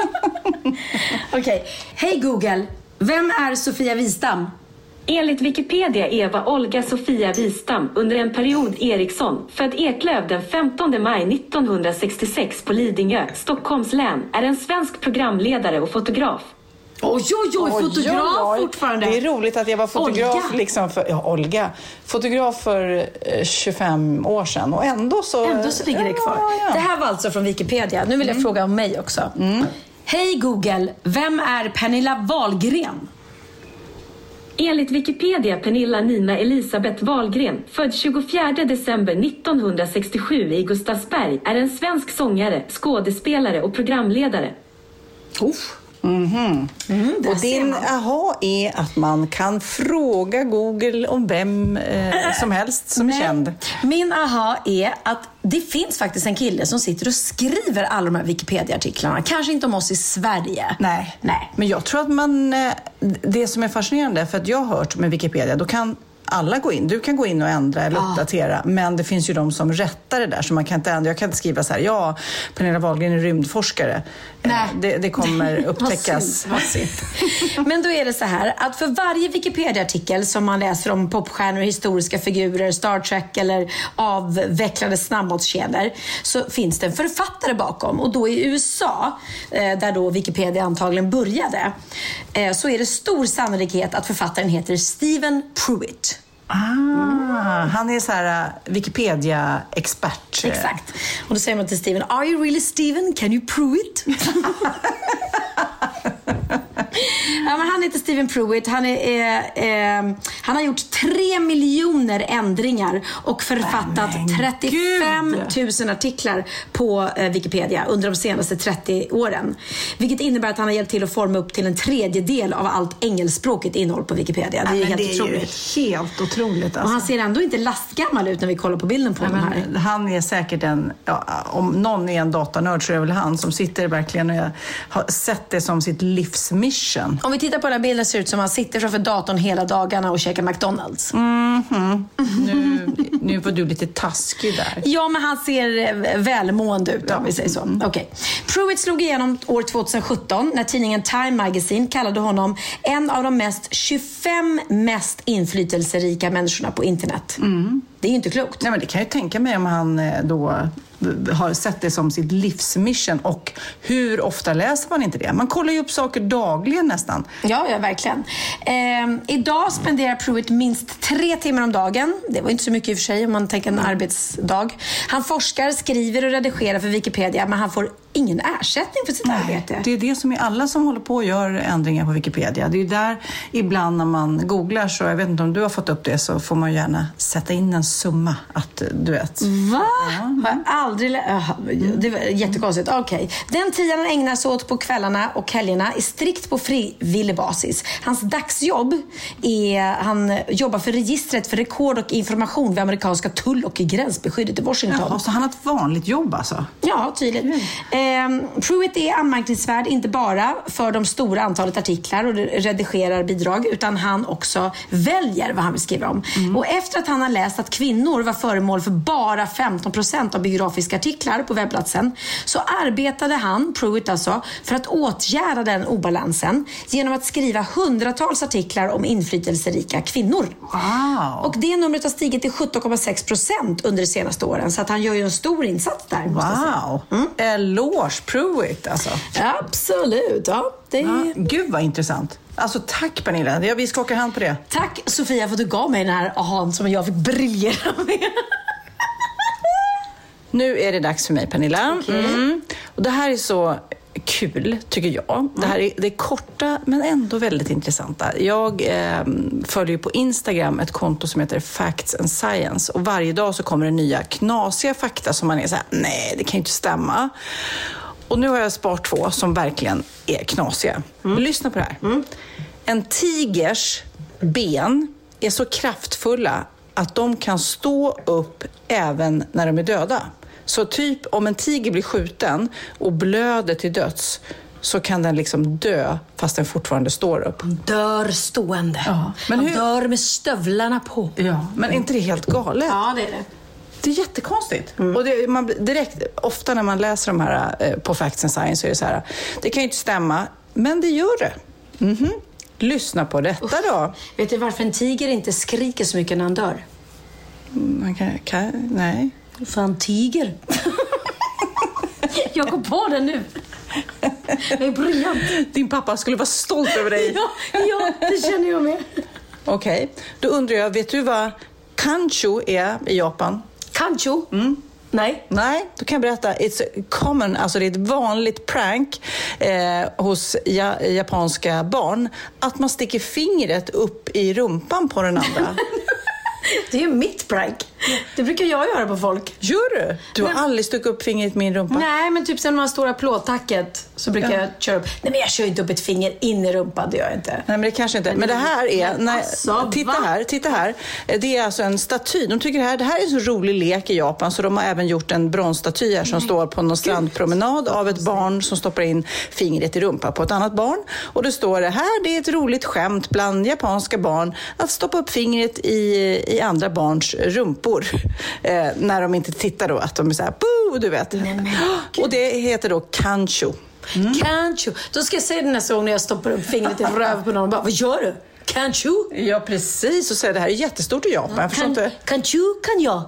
Okej, hej Google, vem är Sofia Wistam?
Enligt Wikipedia Eva Olga Sofia Wistam, under en period Eriksson, född Eklöv den 15 maj 1966 på Lidingö, Stockholms län, är en svensk programledare och fotograf.
Oj, fotograf fortfarande.
Det är roligt att jag var fotograf Olga. Liksom för, Olga. Fotograf för 25 år sedan, och ändå så
ligger det kvar. Ja. Det här var alltså från Wikipedia. Nu vill jag fråga om mig också. Hej Google, vem är Pernilla Wahlgren?
Enligt Wikipedia Pernilla Nina Elisabeth Wahlgren, född 24 december 1967 i Gustavsberg, är en svensk sångare, skådespelare och programledare.
Och din aha är att man kan fråga Google om vem som helst som är känd.
Min aha är att det finns faktiskt en kille som sitter och skriver alla de här Wikipedia-artiklarna. Kanske inte om oss i Sverige.
Nej. Men jag tror att det som är fascinerande, för att jag har hört med Wikipedia, då kan alla gå in. Du kan gå in och ändra eller uppdatera. Men det finns ju de som rättar det där. Så man kan inte ändra. Jag kan inte skriva så här, Pernilla Wahlgren är rymdforskare.
Nej.
Det kommer upptäckas.
Men då är det så här att för varje Wikipedia-artikel som man läser om popstjärnor, historiska figurer, Star Trek eller avvecklade snabbmatskedjor, så finns det en författare bakom. Och då i USA, där då Wikipedia antagligen började, så är det stor sannolikhet att författaren heter Stephen Pruitt.
Han är så här Wikipedia-expert.
Exakt. Och då säger man till Steven, are you really Steven? Can you prove it? Ja, men han heter Stephen Pruitt. Han har gjort 3 miljoner ändringar och författat 35 000 artiklar på Wikipedia under de senaste 30 åren. Vilket innebär att han har hjälpt till att forma upp till en 1/3 av allt engelskspråkigt innehåll på Wikipedia. Det är helt otroligt.
Ju helt otroligt. Alltså.
Och han ser ändå inte lastgammal ut när vi kollar på bilden på honom här.
Han är säkert om någon är en datanörd så är det väl han som sitter verkligen och har sett det som sitt livsmission.
Om vi tittar på den här bilden ser det ut som att han sitter framför datorn hela dagarna och käkar McDonalds.
Nu var du lite taskig där.
Ja, men han ser välmående ut om vi säger så. Okej. Pruitt slog igenom år 2017 när tidningen Time Magazine kallade honom en av de 25 mest inflytelserika människorna på internet. Det är ju inte klokt.
Nej, men det kan jag tänka mig om han då har sett det som sitt livsmission. Och hur ofta läser man inte det? Man kollar ju upp saker dagligen nästan.
Ja, verkligen. Idag spenderar Pruitt minst 3 timmar om dagen. Det var inte så mycket i och för sig om man tänker en arbetsdag. Han forskar, skriver och redigerar för Wikipedia, men han får ingen ersättning för sitt arbete.
Det är det som är alla som håller på och gör ändringar på Wikipedia. Det är ju där ibland när man googlar, så jag vet inte om du har fått upp det, så får man gärna sätta in en summa att du vet.
Va? Har jag aldrig... det var jättekonstigt. Okej. Den tiden han ägnar sig åt på kvällarna och helgerna är strikt på frivillig basis. Hans dagsjobb är... Han jobbar för registret för rekord och information vid amerikanska tull- och gränsbeskyddet i Washington.
Ja, så han har ett vanligt jobb alltså?
Ja, tydligt. Pruitt är anmärkningsvärd inte bara för de stora antalet artiklar och redigerar bidrag, utan han också väljer vad han vill skriva om. Och efter att han har läst att kvinnor var föremål för bara 15% av biografiska artiklar på webbplatsen, så arbetade han, Pruitt alltså, för att åtgärda den obalansen genom att skriva hundratals artiklar om inflytelserika kvinnor.
Wow.
Och det numret har stigit till 17,6% under de senaste åren, så att han gör ju en stor insats där.
Wow. Eloge Pruitt alltså.
Absolut, ja.
Gud vad intressant. Alltså tack Pernilla, vi skakar hand på det.
Tack Sofia för att du gav mig den här ahan som jag fick briljera med.
Nu är det dags för mig Pernilla.
Okay.
Och det här är så kul tycker jag. Det är korta men ändå väldigt intressanta. Jag följer på Instagram ett konto som heter Facts and Science. Och varje dag så kommer det nya knasiga fakta som man är så här: nej det kan ju inte stämma. Och nu har jag sparat 2 som verkligen är knasiga. Lyssna på det här. En tigers ben är så kraftfulla att de kan stå upp även när de är döda. Så typ om en tiger blir skjuten och blöder till döds, så kan den liksom dö fast den fortfarande står upp.
Dör stående.
Ja. Men
dör med stövlarna på.
Ja, men är inte det helt galet?
Ja, det är det.
Det är jättekonstigt. Och man direkt, ofta när man läser de här på Facts and Science så är det så här: det kan ju inte stämma, men det gör det. Lyssna på detta då.
Vet du varför en tiger inte skriker så mycket när han dör?
Nej.
Fan, tiger. Jag går på det nu. Det är briljant.
Din pappa skulle vara stolt över dig.
Ja, det känner jag med.
Okej, då undrar jag, vet du vad kancho är i Japan?
Kancho? Nej,
då kan jag berätta. It's common, alltså det är ett vanligt prank hos japanska barn att man sticker fingret upp i rumpan på den andra.
Det är ju mitt prank. Det brukar jag göra på folk.
Gör du? Du har aldrig stuckit upp fingret i min rumpa?
Nej, men typ sen man har stora plåttacket så brukar jag köra upp. Nej, men jag kör inte upp ett finger in i rumpan, det gör jag inte. Nej,
men det kanske inte. Men det här är...
Alltså,
titta här. Det är alltså en staty. De tycker det här är en så rolig lek i Japan, så de har även gjort en bronsstaty här som står på någon strandpromenad av ett barn som stoppar in fingret i rumpan på ett annat barn. Och det står det här, det är ett roligt skämt bland japanska barn att stoppa upp fingret i andra barns rumpor. När de inte tittar då, att de är så här, boo, du vet. Och det heter då kancho.
Kancho. Då ska jag säga det nästa gång när jag stoppar upp fingret i röv på någon och bara, vad gör du? Kancho?
Ja, precis. Och så är det här är jättestort i Japan. Jag förstår inte.
Kancho kan jag.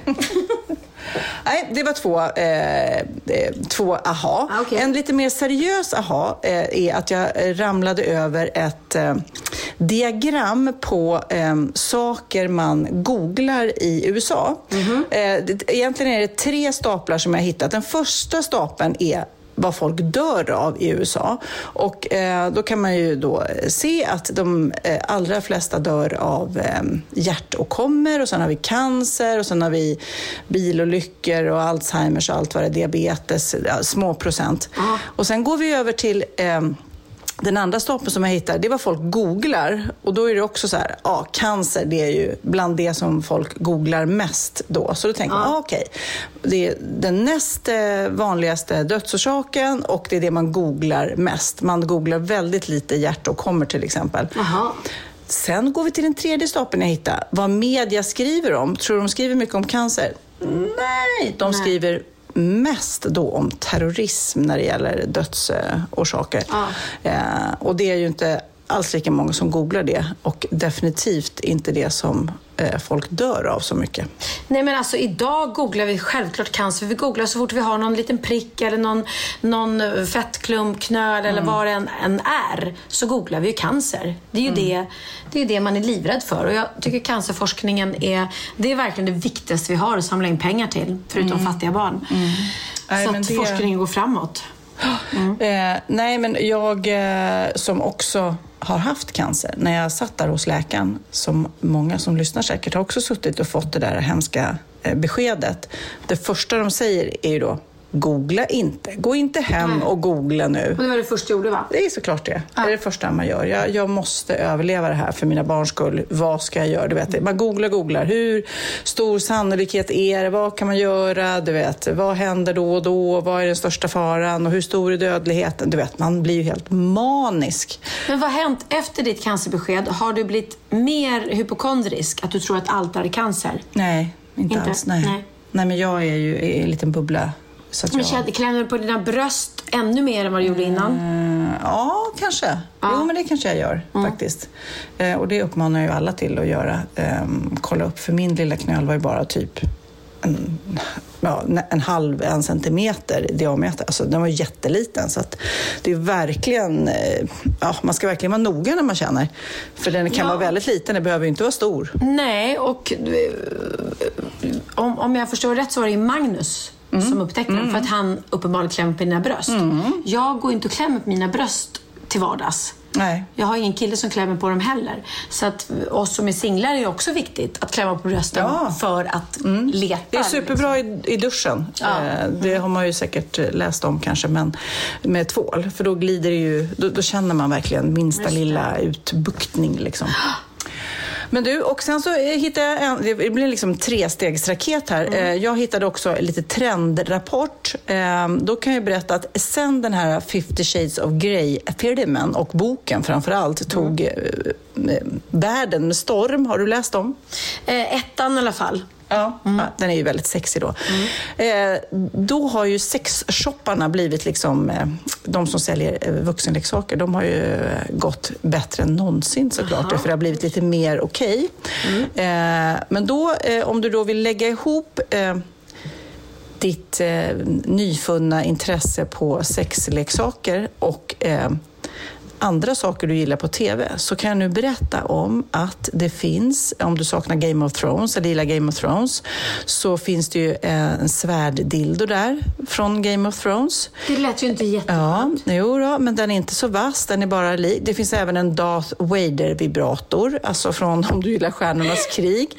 Nej, det var två aha.
Okay.
En lite mer seriös aha är att jag ramlade över ett diagram på saker man googlar i USA. Egentligen är det 3 staplar som jag hittat. Den första stapeln är vad folk dör av i USA. Och då kan man ju då se att de allra flesta dör av hjärtåkommor, och sen har vi cancer, och sen har vi bilolyckor och Alzheimers och allt vad det är, diabetes, små procent. Och sen går vi över till den andra stapeln som jag hittar, det är vad folk googlar. Och då är det också så här, cancer, det är ju bland det som folk googlar mest då. Så då tänker man, okej, det är den näst vanligaste dödsorsaken och det är det man googlar mest. Man googlar väldigt lite hjärtåkommor till exempel. Sen går vi till den tredje stapeln jag hittar. Vad media skriver om. Tror de skriver mycket om cancer? Nej, de skriver mest då om terrorism när det gäller dödsorsaker. Och det är ju inte alls lika många som googlar det, och definitivt inte det som folk dör av så mycket.
Nej, men alltså idag googlar vi självklart cancer. Vi googlar så fort vi har någon liten prick eller någon fettklump, knöl eller vad det än är, så googlar vi ju cancer. Det är ju det man är livrädd för, och jag tycker cancerforskningen det är verkligen det viktigaste vi har att samla in pengar till, förutom fattiga barn. Så att forskningen går framåt.
Nej, men jag som också har haft cancer, när jag satt där hos läkaren, som många som lyssnar säkert har också suttit och fått det där hemska beskedet. Det första de säger är ju då: googla inte. Gå inte hem och googla nu.
Och det var det första jag gjorde, va?
Det är såklart det. Det är det första man gör. Jag måste överleva det här för mina barns skull. Vad ska jag göra? Du vet, man googlar. Hur stor sannolikhet är det? Vad kan man göra? Du vet, vad händer då och då? Vad är den största faran? Och hur stor är dödligheten? Du vet, man blir ju helt manisk.
Men vad har hänt efter ditt cancerbesked? Har du blivit mer hypokondrisk? Att du tror att allt är cancer?
Nej, inte alls. Nej, men jag är ju i en liten bubbla.
Men klämmer du på dina bröst ännu mer än vad du gjorde innan?
Ja, kanske. Ja. Jo, men det kanske jag gör faktiskt. Och det uppmanar ju alla till att göra. Kolla upp, för min lilla knöl var ju bara typ en centimeter i diameter. Alltså den var ju jätteliten, så att det är verkligen, man ska verkligen vara noga när man känner. För den kan vara väldigt liten, det behöver ju inte vara stor.
Nej, och om jag förstår rätt så var det ju Magnus som upptäckte den, för att han uppenbarligen klämmer på mina bröst. Jag går inte och klämmer på mina bröst till vardags.
Nej.
Jag har ingen kille som klämmer på dem heller. Så att oss som är singlar är det också viktigt att klämma på brösten för att leta.
Det är superbra i duschen. Det har man ju säkert läst om kanske, men med tvål. För då glider det ju, då känner man verkligen minsta lilla utbuktning liksom. Men du, och sen så hittade jag det blir liksom 3-stegsraket här. Jag hittade också lite trendrapport. Då kan jag berätta att sen den här 50 Shades of Grey-filmen och boken framförallt tog världen med storm. Har du läst dem?
Ettan i alla fall.
Ja, den är ju väldigt sexig då. Då har ju sexshopparna blivit liksom, de som säljer vuxenleksaker, de har ju gått bättre än någonsin såklart, för det har blivit lite mer okej. Men då, om du då vill lägga ihop ditt nyfunna intresse på sexleksaker och andra saker du gillar på tv, så kan jag nu berätta om att det finns, om du saknar Game of Thrones eller gillar Game of Thrones, så finns det ju en svärddildo där från Game of Thrones.
Det lät ju inte jättebra.
Ja, men den är inte så vass, den är bara det finns även en Darth Vader-vibrator, alltså från om du gillar Stjärnornas krig.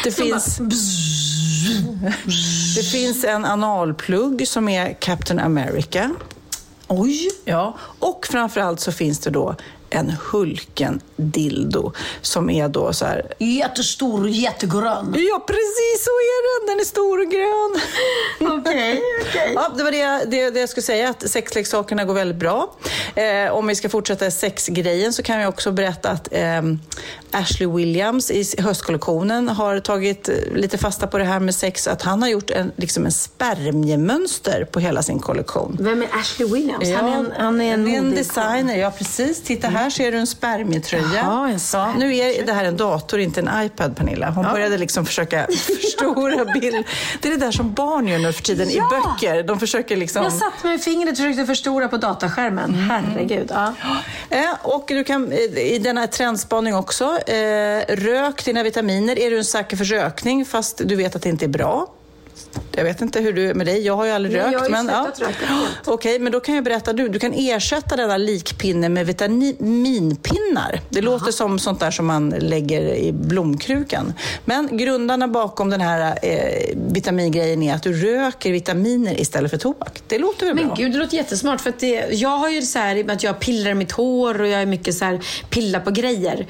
Det finns en analplugg som är Captain America.
Oj!
Ja, och framförallt så finns det då en Hulken-dildo som är då så här...
jättestor och jättegrön.
Ja, precis så är den. Den är stor och grön.
Okej.
Ja, det var det jag skulle säga, att sexleksakerna går väldigt bra. Om vi ska fortsätta sexgrejen så kan vi också berätta att Ashley Williams i höstkollektionen har tagit lite fasta på det här med sex, att han har gjort en spermiemönster på hela sin kollektion.
Vem är Ashley Williams?
Ja,
han är
en designer, ja precis. Titta här ser du en spermietröja.
Jaha, en spermietröja.
Nu är det här en dator, inte en iPad, Pernilla. Hon började liksom försöka förstora bild. Det är det där som barn gör nu för tiden i böcker. De försöker liksom...
Jag satt med fingret och försökte förstora på dataskärmen. Herregud,
och du kan i den här trendspaning också, rök dina vitaminer. Är du en säker för rökning fast du vet att det inte är bra? Jag vet inte hur du är med dig. Jag har ju aldrig rökt.
Jag har ju
slutat röka. Okej, men då kan jag berätta. Du kan ersätta denna likpinne med vitaminpinnar. Det låter som sånt där som man lägger i blomkrukan. Men grundarna bakom den här vitamingrejen är att du röker vitaminer istället för tobak. Det låter väl bra?
Men gud, det låter jättesmart. För att jag har ju så här att jag pillar mitt hår och jag är mycket så här pilla på grejer.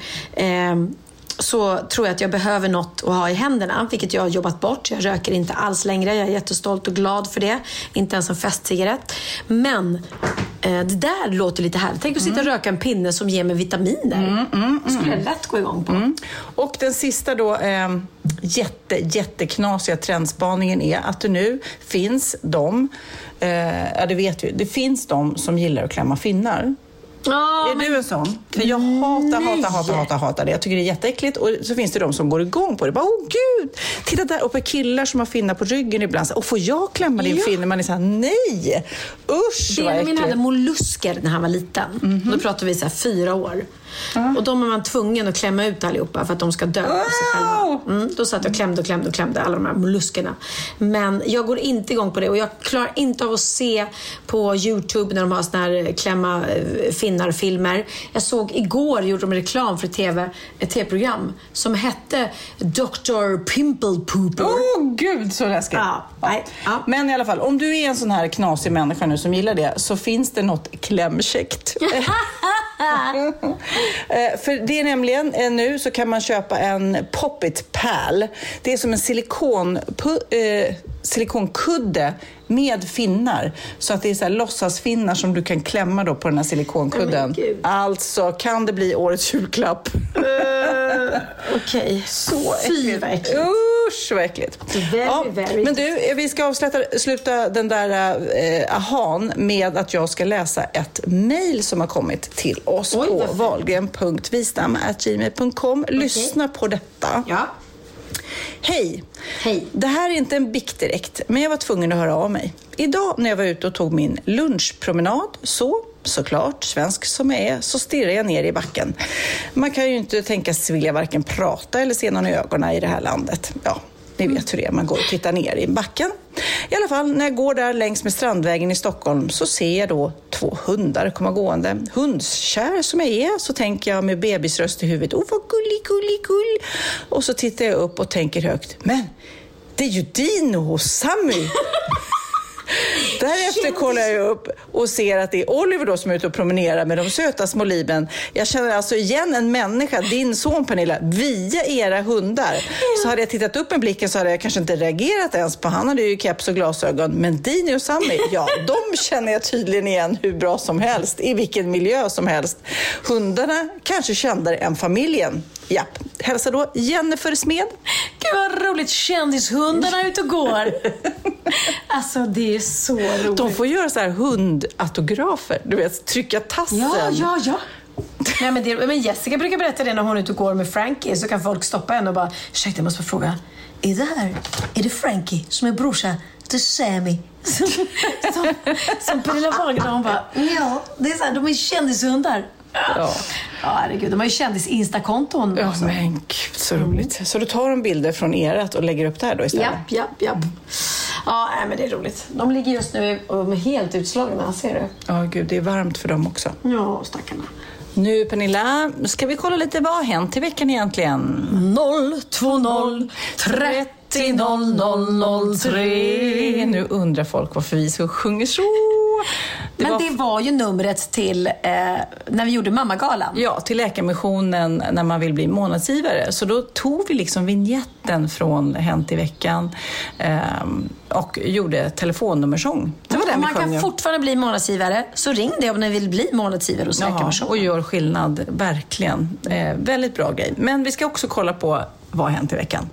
Så tror jag att jag behöver något att ha i händerna, vilket jag har jobbat bort. Jag röker inte alls längre. Jag är jättestolt och glad för det. Inte ens en festcigarett. Men det där låter lite härligt. Tänk att sitta och röka en pinne som ger mig vitaminer. Det skulle jag lätt gå igång på.
Och den sista då, jätteknasiga trendspaningen är att det nu finns det vet vi, det finns de som gillar att klämma finnar. Är du en sån? För jag hatar det. Jag tycker det är jätteäckligt. Och så finns det de som går igång på det. Bara, gud, titta där uppe, killar som har finnar på ryggen ibland. Och får jag klämma din finne? Man är så här, nej, usch vad äckligt.
Benjamin hade mollusker när han var liten. Då pratar vi så här 4 år. Och de är man tvungen att klämma ut allihopa för att de ska dö av sig själva. Då satt jag och klämde alla de här molluskerna. Men jag går inte igång på det, och jag klarar inte av att se på YouTube när de har såna här klämma finnar-filmer. Jag såg igår, gjorde de reklam för ett tv-program som hette Dr. Pimple Pooper.
Gud, så läskigt.
Ja.
Men i alla fall, om du är en sån här knasig människa nu som gillar det, så finns det något klämkäckt. För det är nämligen, nu så kan man köpa en Pop-It Pal. Det är som en silikonkudde med finnar. Så att det är så här låtsasfinnar som du kan klämma då på den här silikonkudden. Alltså, kan det bli årets julklapp?
Okej.
Så
äckligt.
Usch, så äckligt. Men du, vi ska sluta den där ahan med att jag ska läsa ett mejl som har kommit till oss på wahlgren.vistam@gmail.com. Lyssna på detta.
Ja.
Hej. Det här är inte en bikt direkt, men jag var tvungen att höra av mig. Idag när jag var ute och tog min lunchpromenad, såklart, svensk som jag är, så stirrar jag ner i backen. Man kan ju inte tänka sig vilja varken prata eller se någon i ögonen i det här landet. Ja, ni vet hur det är, man går och tittar ner i backen. I alla fall, när jag går där längs med Strandvägen i Stockholm så ser jag då 2 hundar komma gående. Hundskär som jag är, så tänker jag med bebisröst i huvudet, vad gull. Och så tittar jag upp och tänker högt, men det är ju Dino och Sammy. Därefter kollar jag upp och ser att det är Oliver då som är ute och promenerar med de söta små liven. Jag känner alltså igen en människa, din son Pernilla, via era hundar. Så hade jag tittat upp en blicken så hade jag kanske inte reagerat ens på. Han hade ju keps och glasögon. Men Dino och Sammy, ja, de känner jag tydligen igen hur bra som helst, i vilken miljö som helst. Hundarna kanske kändare än familjen. Japp, hälsa då Jennifer Smed.
Gud vad roligt, kändishundarna ut och går. Alltså det är så roligt.
De får göra så här hundautografer, du vet, trycka tassen.
Ja. Nej, men Jessica brukar berätta det när hon är ute och går med Frankie, så kan folk stoppa henne och bara, ursäkta, jag måste bara fråga, är det Frankie som är brorsa till Sammy? som Pernilla Wahlgren, hon bara, ja, det är så här, de är kändishundar. Ja, herregud, de har ju kändis-instakonton.
Ja, men gud, så roligt. Så då tar de bilder från erat och lägger upp det här då istället?
Japp. Ja, men det är roligt. De ligger just nu och är helt utslagna, ser du?
Ja, gud, det är varmt för dem också.
Ja, stackarna.
Nu, Pernilla, ska vi kolla lite vad har hänt i veckan egentligen?
020 30 0003.
Nu undrar folk varför vi så sjunger så.
Det var ju numret till när vi gjorde Mammagalan.
Ja, till Läkarmissionen när man vill bli månadsgivare. Så då tog vi liksom vignetten från Hänt i veckan och gjorde telefonnummersång. Det var
om man kan fortfarande bli månadsgivare, så ring det om ni vill bli månadsgivare hos Läkarmissionen.
Och gör skillnad, verkligen. Väldigt bra grej. Men vi ska också kolla på vad har hänt i veckan.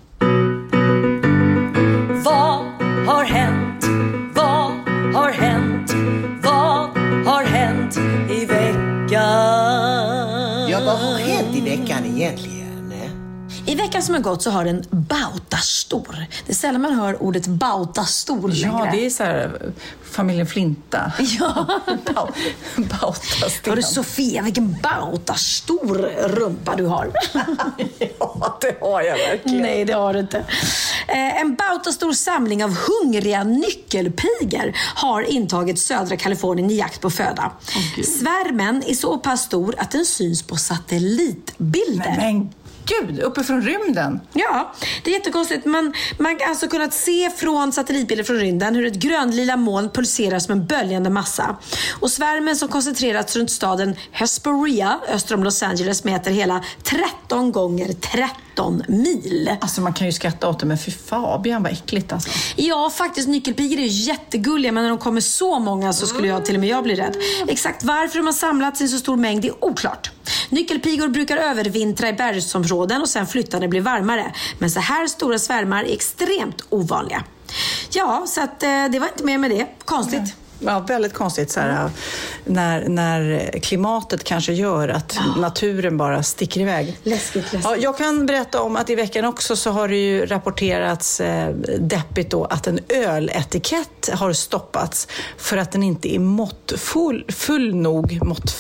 Vad har hänt? Vad har hänt? Vad har hänt i veckan?
Ja, vad har hänt i veckan egentligen?
I veckan som har gått så har den bautastor. Det är sällan man hör ordet bautastor längre.
Ja, det är så här familjen Flinta.
Ja.
Bautasten.
Hörru Sofia, vilken bautastor rumpa du har.
Ja, det har jag verkligen.
Nej, det har du inte. En bautastor samling av hungriga nyckelpigor har intagit södra Kalifornien i jakt på föda. Svärmen är så pass stor att den syns på satellitbilder.
Men gud, uppifrån rymden.
Ja, det är jättekonstigt. Man kan alltså kunnat se från satellitbilder från rymden hur ett grönlila moln pulserar som en böljande massa. Och svärmen som koncentrerats runt staden Hesperia öster om Los Angeles mäter hela 13 gånger 13 mil.
Alltså man kan ju skratta åt det, men fy Fabian, vad äckligt alltså.
Ja, faktiskt, nyckelpigor är ju jättegulliga, men när de kommer så många så skulle till och med jag bli rädd. Exakt varför de har samlats i så stor mängd är oklart. Nyckelpigor brukar övervintra i bergsområden och sen flytta när det blir varmare. Men så här stora svärmar är extremt ovanliga. Ja, så att det var inte mer med det. Konstigt.
Ja, väldigt konstigt så här, när klimatet kanske gör att naturen bara sticker iväg.
Läskigt.
Ja, jag kan berätta om att i veckan också så har det ju rapporterats deppigt då att en öletikett har stoppats för att den inte är måttfull nog.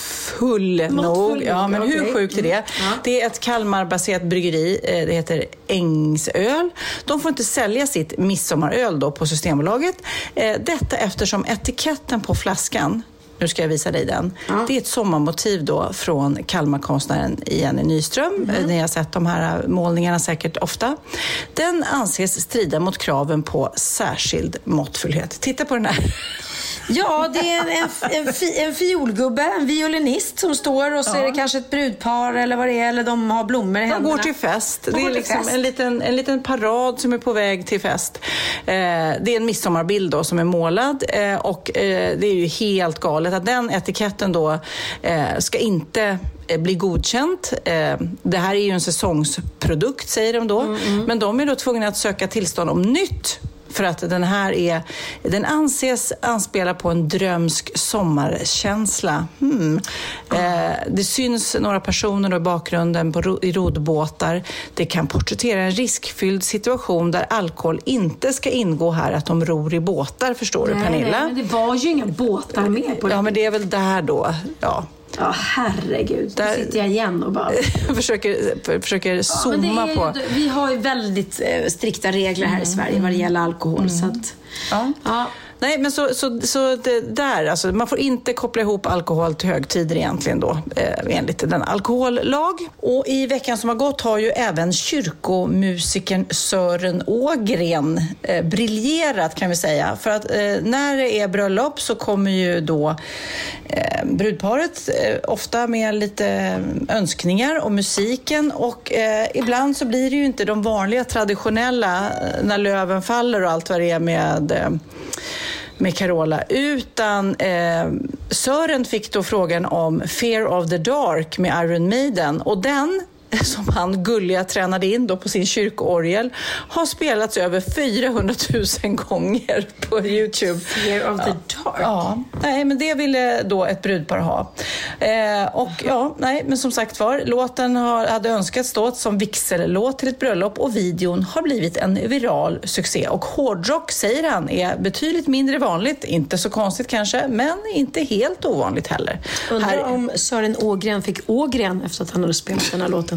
Ja, men hur sjukt är det? Ja. Det är ett Kalmarbaserat bryggeri, det heter Ängsöl. De får inte sälja sitt midsommaröl då på Systembolaget. Detta eftersom etiketten på flaskan, nu ska jag visa dig den. Ja. Det är ett sommarmotiv då från Kalmarkonstnären Jenny Nyström. Ni har sett de här målningarna säkert ofta. Den anses strida mot kraven på särskild måttfullhet. Titta på den här.
Ja, det är en fiolgubbe, en violinist som står och så är det kanske ett brudpar eller vad det är, eller de har blommor i händerna.
De går till fest. Det är liksom en liten parad som är på väg till fest. Det är en midsommarbild då som är målad och det är ju helt galet att den etiketten då ska inte bli godkänt. Det här är ju en säsongsprodukt säger de då, men de är då tvungna att söka tillstånd om nytt. För att den anses anspela på en drömsk sommarkänsla. Det syns några personer i bakgrunden i roddbåtar. Det kan porträttera en riskfylld situation där alkohol inte ska ingå här, att de ror i båtar, förstår du Pernilla?
Nej, men det var ju inga båtar med på det.
Ja, men det är väl där då, ja.
Ja, herregud. Där sitter jag igen och bara
försöker zooma på.
Vi har ju väldigt strikta regler här i Sverige vad det gäller alkohol. Så att, ja.
Nej, men så det där, alltså, man får inte koppla ihop alkohol till högtider egentligen då, enligt den alkohollag. Och i veckan som har gått har ju även kyrkomusikern Sören Ågren briljerat, kan vi säga. För att när det är bröllop så kommer ju då brudparet ofta med lite önskningar om musiken, och ibland så blir det ju inte de vanliga traditionella när löven faller och allt vad det är med Carola, utan Sören fick då frågan om Fear of the Dark med Iron Maiden, och den som han gulliga tränade in då på sin kyrkoorgel har spelats över 400 000 gånger på YouTube.
Fear of the Dark?
Ja, nej, men det ville då ett brudpar ha. Men som sagt var, låten hade önskats då som vigsellåt till ett bröllop, och videon har blivit en viral succé. Och hårdrock, säger han, är betydligt mindre vanligt. Inte så konstigt kanske, men inte helt ovanligt heller.
Undrar om Sören Ågren fick Ågren efter att han hade spelat den här låten.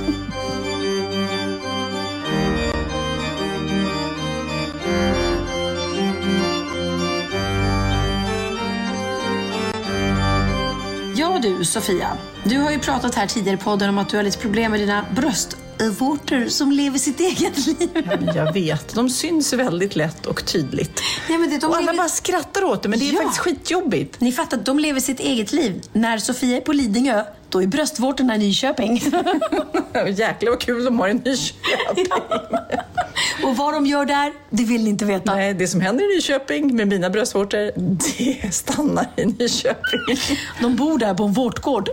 Ja du, Sofia, du har ju pratat här tidigare i podden om att du har lite problem med dina bröstvårtor som lever sitt eget liv.
Ja, men jag vet, de syns väldigt lätt och tydligt.
Ja, men
och alla bara skrattar åt det, men det är faktiskt skitjobbigt.
Ni fattar att de lever sitt eget liv. När Sofia är på Lidingö, då är bröstvårtorna i Nyköping.
Jäklar vad kul de har i Nyköping.
Ja. Och vad de gör där, det vill ni inte veta.
Nej, det som händer i Nyköping med mina bröstvårtor, det stannar i Nyköping.
De bor där på en vårtgård.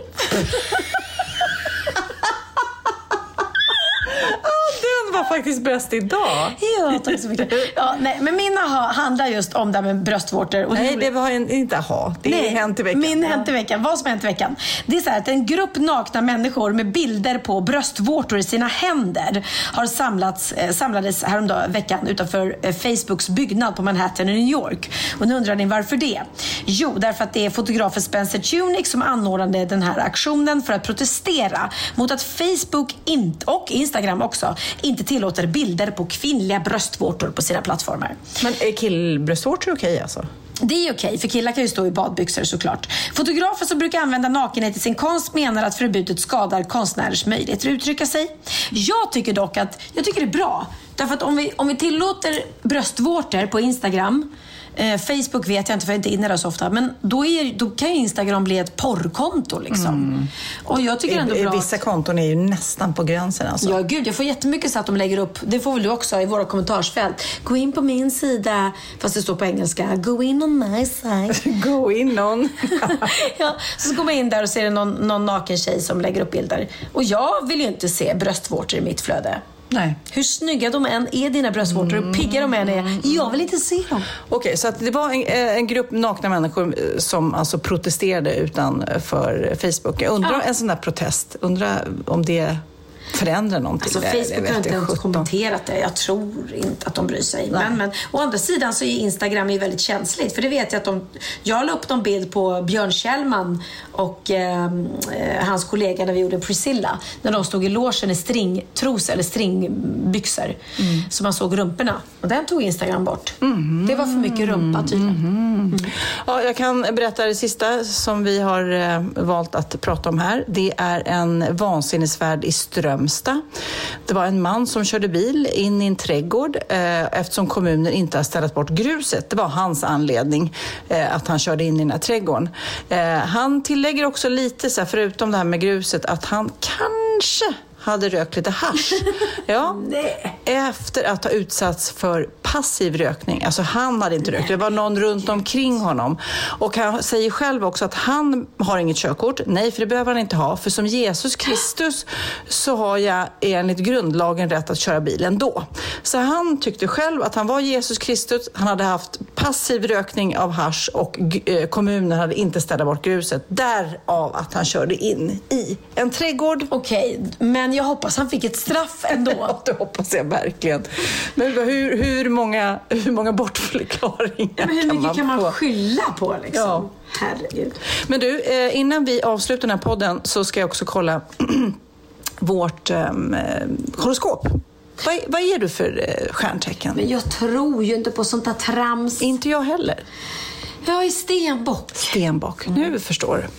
Den var faktiskt bäst idag.
Ja, tack så mycket. Ja, nej, men mina handlar just om det med bröstvårtor. Och
nej, det var inte det är hänt i veckan.
Min hänt i veckan, vad som hänt i veckan. Det är så här att en grupp nakna människor med bilder på bröstvårtor i sina händer har samlades häromdagen veckan utanför Facebooks byggnad på Manhattan i New York. Och nu undrar ni varför det? Jo, därför att det är fotografen Spencer Tunick som anordnade den här aktionen för att protestera mot att Facebook och Instagram också inte tillåter bilder på kvinnliga bröstvårtor på sina plattformar.
Men är killbröstvårtor okej alltså?
Det är okej, för killar kan ju stå i badbyxor såklart. Fotografer som brukar använda nakenhet i sin konst menar att förbudet skadar konstnärers möjligheter att uttrycka sig. Jag tycker dock att det är bra. Därför att om vi tillåter bröstvårtor på Instagram, Facebook vet jag inte för jag är inte inne där så ofta, men då kan ju Instagram bli ett porrkonto liksom. Och jag tycker ändå bra.
Vissa konton är ju nästan på gränsen alltså.
Ja gud, jag får jättemycket så att de lägger upp. Det får väl du också i våra kommentarsfält. Gå in på min sida, fast det står på engelska. Go in on my side.
Go in on.
Ja, så går man in där och ser någon naken tjej som lägger upp bilder. Och jag vill ju inte se bröstvårtor i mitt flöde.
Nej.
Hur snygga de än är, dina bröstvårtor, hur pigga de än är, jag vill inte se dem.
Okej, så att det var en grupp nakna människor som alltså protesterade utanför Facebook. Jag undrar en sån där protest, undrar om det förändra någonting.
Alltså Facebook har inte ens kommenterat det. Jag tror inte att de bryr sig. Men å andra sidan så är Instagram ju väldigt känsligt. För det vet jag att jag la upp någon bild på Björn Kjellman och hans kollega när vi gjorde Priscilla. När de stod i logen i stringtros eller stringbyxor. Så man såg rumporna. Och den tog Instagram bort. Det var för mycket rumpa tydligen.
Ja, jag kan berätta det sista som vi har valt att prata om här. Det är en vansinnesfärd i Strömstad. Det var en man som körde bil in i en trädgård eftersom kommunen inte har ställt bort gruset. Det var hans anledning att han körde in i den här trädgården. Han tillägger också lite, så här, förutom det här med gruset, att han kanske hade rökt lite hasch. Ja, efter att ha utsatts för passiv rökning. Alltså han hade inte rökt, det var någon runt omkring honom. Och han säger själv också att han har inget körkort. Nej, för det behöver han inte ha. För som Jesus Kristus så har jag enligt grundlagen rätt att köra bilen då. Så han tyckte själv att han var Jesus Kristus. Han hade haft passiv rökning av hasch och kommunen hade inte ställt bort gruset. Därav att han körde in i en trädgård.
Okej, men jag hoppas han fick ett straff ändå.
Ja, det hoppas jag verkligen. Men hur många bortförklaringar
hur mycket kan man skylla på liksom?
Ja.
Herregud.
Men du, innan vi avslutar den här podden så ska jag också kolla vårt horoskop. Vad är du för stjärntecken?
Men jag tror ju inte på sånt där trams.
Inte jag heller.
Jag är stenbock.
Stenbock, nu förstår du.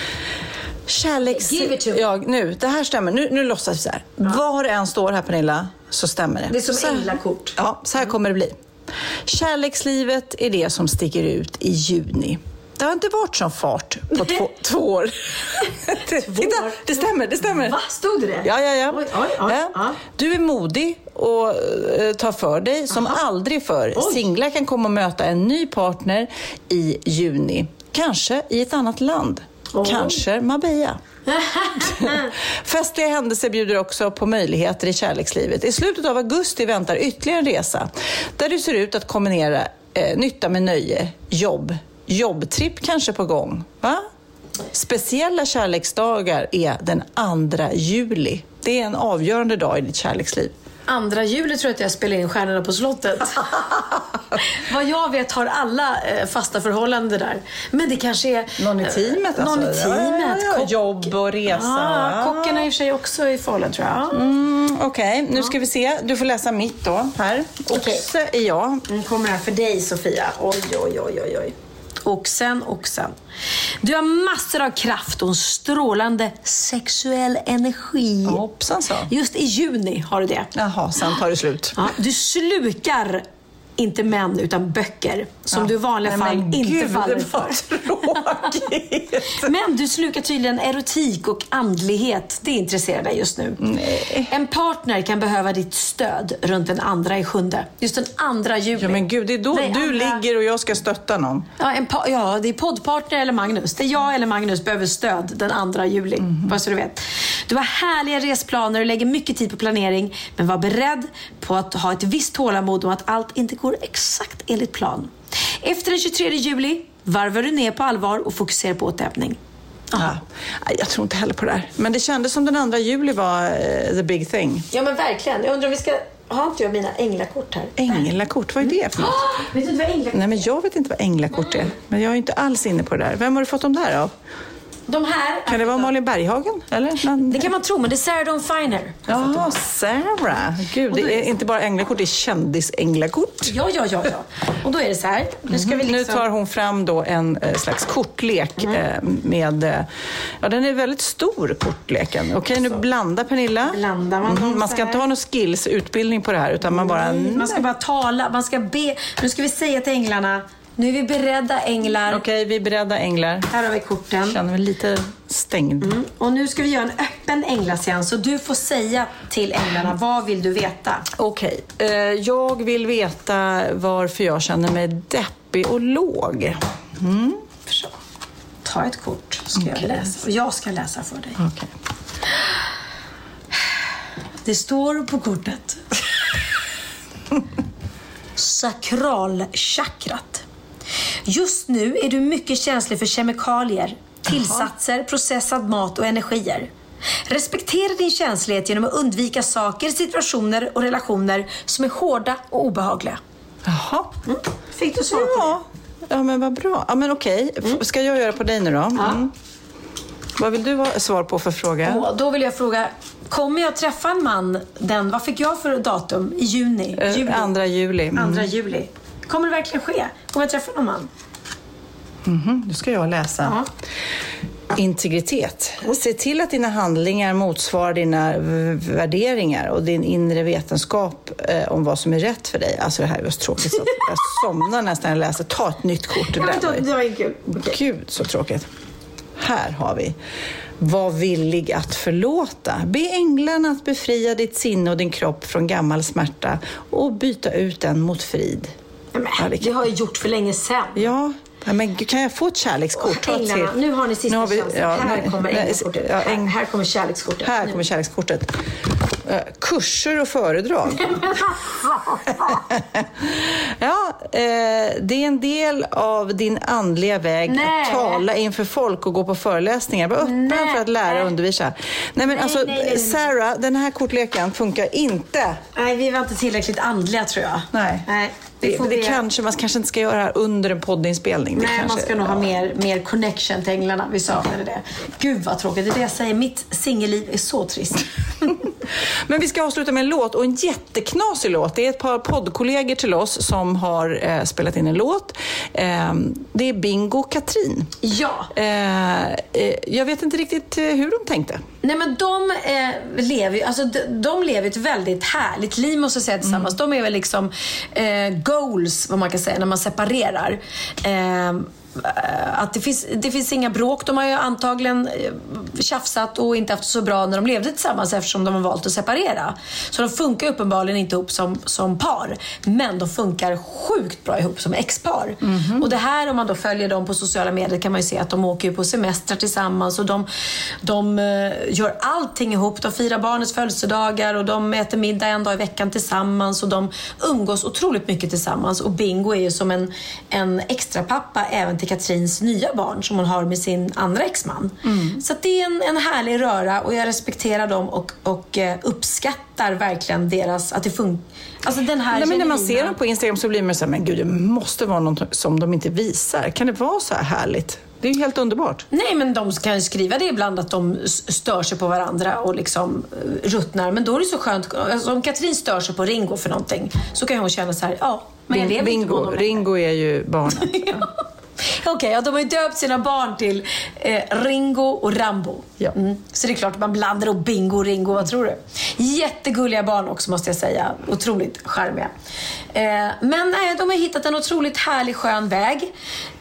Det här stämmer. Nu låtsas vi så här. Var det än står här, Pernilla, så stämmer det.
Det är som änglakort.
Ja, så här kommer det bli. Kärlekslivet är det som sticker ut i juni. Det har inte varit sån fart på 2 år. Titta, det stämmer.
Va, stod det?
Ja.
Oj.
Du är modig och tar för dig som aldrig förr. Singlar kan komma och möta en ny partner i juni. Kanske i ett annat land. Kanske Marbella. Festliga händelser bjuder också på möjligheter i kärlekslivet. I slutet av augusti väntar ytterligare en resa där du ser ut att kombinera nytta med nöje, jobbtripp kanske på gång, va? Speciella kärleksdagar är den 2 juli. Det är en avgörande dag i ditt kärleksliv.
2 juli tror jag att jag spelar in Stjärnorna på slottet. Vad jag vet har alla fasta förhållanden där. Men det kanske är
någon i teamet.
Någon i teamet.
Ja, jobb och resa.
Kocken är i och för sig också i förhållanden, tror jag.
Okej, nu ska vi se. Du får läsa mitt då. Här. Oxe är jag.
Nu kommer det här för dig, Sofia. Oj. Oxen. Du har massor av kraft och en strålande sexuell energi.
Hoppsan så.
Just i juni har du det.
Jaha, sen tar det slut.
Ja, du slukar inte män utan böcker som du i vanliga fall inte faller för. Men du slukar tydligen erotik och andlighet. Det intresserar dig just nu.
Nej.
En partner kan behöva ditt stöd runt den 2/7. Just den 2 juli.
Ja, men gud, det är då du ligger och jag ska stötta någon.
Ja, det är poddpartner eller Magnus. Det är jag eller Magnus behöver stöd den 2 juli. Bara så du vet. Du har härliga resplaner och lägger mycket tid på planering. Men var beredd på att ha ett visst tålamod om att allt inte går exakt enligt plan. Efter den 23 juli varvar du ner på allvar och fokuserar på återhämtning.
Ja. Jag tror inte heller på det där. Men det kändes som den 2 juli var the big thing.
Ja, men verkligen. Jag undrar om vi ska... Har inte jag mina änglakort här?
Änglakort, vad är det för något?
Vet du inte vad änglakort är?
Nej, men jag vet inte vad änglakort är. Men jag är inte alls inne på det där. Vem har du fått dem där av?
De här...
Kan det vara Malin Berghagen? Eller?
Det kan man tro, men det är Sarah Dawn Finer.
Ja, Sarah. Gud, det är inte bara änglakort, det är kändisänglakort.
Ja. Och då är det så här.
Nu tar hon fram då en slags kortlek med... Ja, den är väldigt stor, kortleken. Okej, nu blandar Pernilla.
Blandar man.
Man ska inte ha någon skills-utbildning på det här, utan man bara...
Man ska bara tala, man ska be. Nu ska vi säga till änglarna... Nu är vi beredda, änglar.
Okej, vi är beredda, änglar.
Här har vi korten.
Jag känner mig lite stängd.
Och nu ska vi göra en öppen änglaseans. Så du får säga till änglarna, vad vill du veta?
Okej, jag vill veta varför jag känner mig deppig och låg.
Så. Ta ett kort, ska jag läsa. Och jag ska läsa för dig.
Okej.
Det står på kortet. Sakralchakrat. Just nu är du mycket känslig för kemikalier, tillsatser, processad mat och energier. Respektera din känslighet genom att undvika saker, situationer och relationer som är hårda och obehagliga.
Jaha.
Fick du svar på det?
Ja, men vad bra. Ja, men okej. Ska jag göra på dig nu då? Mm. Vad vill du ha svar på för fråga?
Då vill jag fråga, kommer jag träffa en man vad fick jag för datum? I juni?
2 juli.
2 juli. Kommer det verkligen ske? Kommer jag träffa någon man?
Nu ska jag läsa. Integritet. Se till att dina handlingar motsvarar dina värderingar och din inre vetenskap om vad som är rätt för dig. Alltså det här är så tråkigt så jag somnar nästan när jag läser. Ta ett nytt kort.
Det var kul.
Gud, så tråkigt. Här har vi. Var villig att förlåta. Be änglarna att befria ditt sinne och din kropp från gammal smärta och byta ut den mot frid.
Men, det har jag gjort för länge sedan.
Ja, men kan jag få ett kärlekskort?
Änglarna, nu har ni sista chansen. Här kommer änglakortet. Här kommer kärlekskortet.
Här kommer kärlekskortet. Kurser och föredrag. Ja, det är en del av din andliga väg att tala inför folk och gå på föreläsningar. Var öppen för att lära och undervisa. Nej. Sarah, den här kortleken funkar inte.
Nej, vi var inte tillräckligt andliga, tror jag.
Nej. Man kanske inte ska göra det här under en poddinspelning.
Man ska nog ha mer connection till änglarna. Vi saknade det. Gud vad tråkigt. Det är det jag säger. Mitt singelliv är så trist.
Men vi ska avsluta med en låt, och en jätteknasig låt. Det är ett par poddkollegor till oss som har spelat in en låt. Det är Bingo och Katrin.
Ja.
Jag vet inte riktigt hur de tänkte.
Nej, men de lever ett väldigt härligt liv, måste jag säga, tillsammans. De är väl liksom goals, vad man kan säga, när man separerar. Att det finns inga bråk. De har ju antagligen tjafsat och inte haft så bra när de levde tillsammans, eftersom de har valt att separera. Så de funkar uppenbarligen inte ihop som par, men de funkar sjukt bra ihop som expar. Och det här, om man då följer dem på sociala medier, kan man ju se att de åker på semester tillsammans, och de gör allting ihop. De firar barnets födelsedagar och de äter middag en dag i veckan tillsammans, och de umgås otroligt mycket tillsammans. Och Bingo är ju som en extra pappa även till Katrins nya barn som hon har med sin andra exman. Så att det är en härlig röra, och jag respekterar dem och uppskattar verkligen deras, att det funkar. Alltså den här
men när man ser dem på Instagram så blir man så här, men gud, det måste vara något som de inte visar. Kan det vara så här härligt? Det är ju helt underbart.
Nej, men de kan skriva det ibland, att de stör sig på varandra och liksom ruttnar. Men då är det så skönt. Alltså, om Katrin stör sig på Ringo för någonting, så kan hon känna så här, men jag lever inte med honom.
Ringo är ju barnet.
Okej, de har ju döpt sina barn till Ringo och Rambo.
Ja.
Så det är klart att man blandar upp Bingo och Ringo, vad tror du? Jättegulliga barn också, måste jag säga. Otroligt charmiga. Men de har hittat en otroligt härlig, skön väg.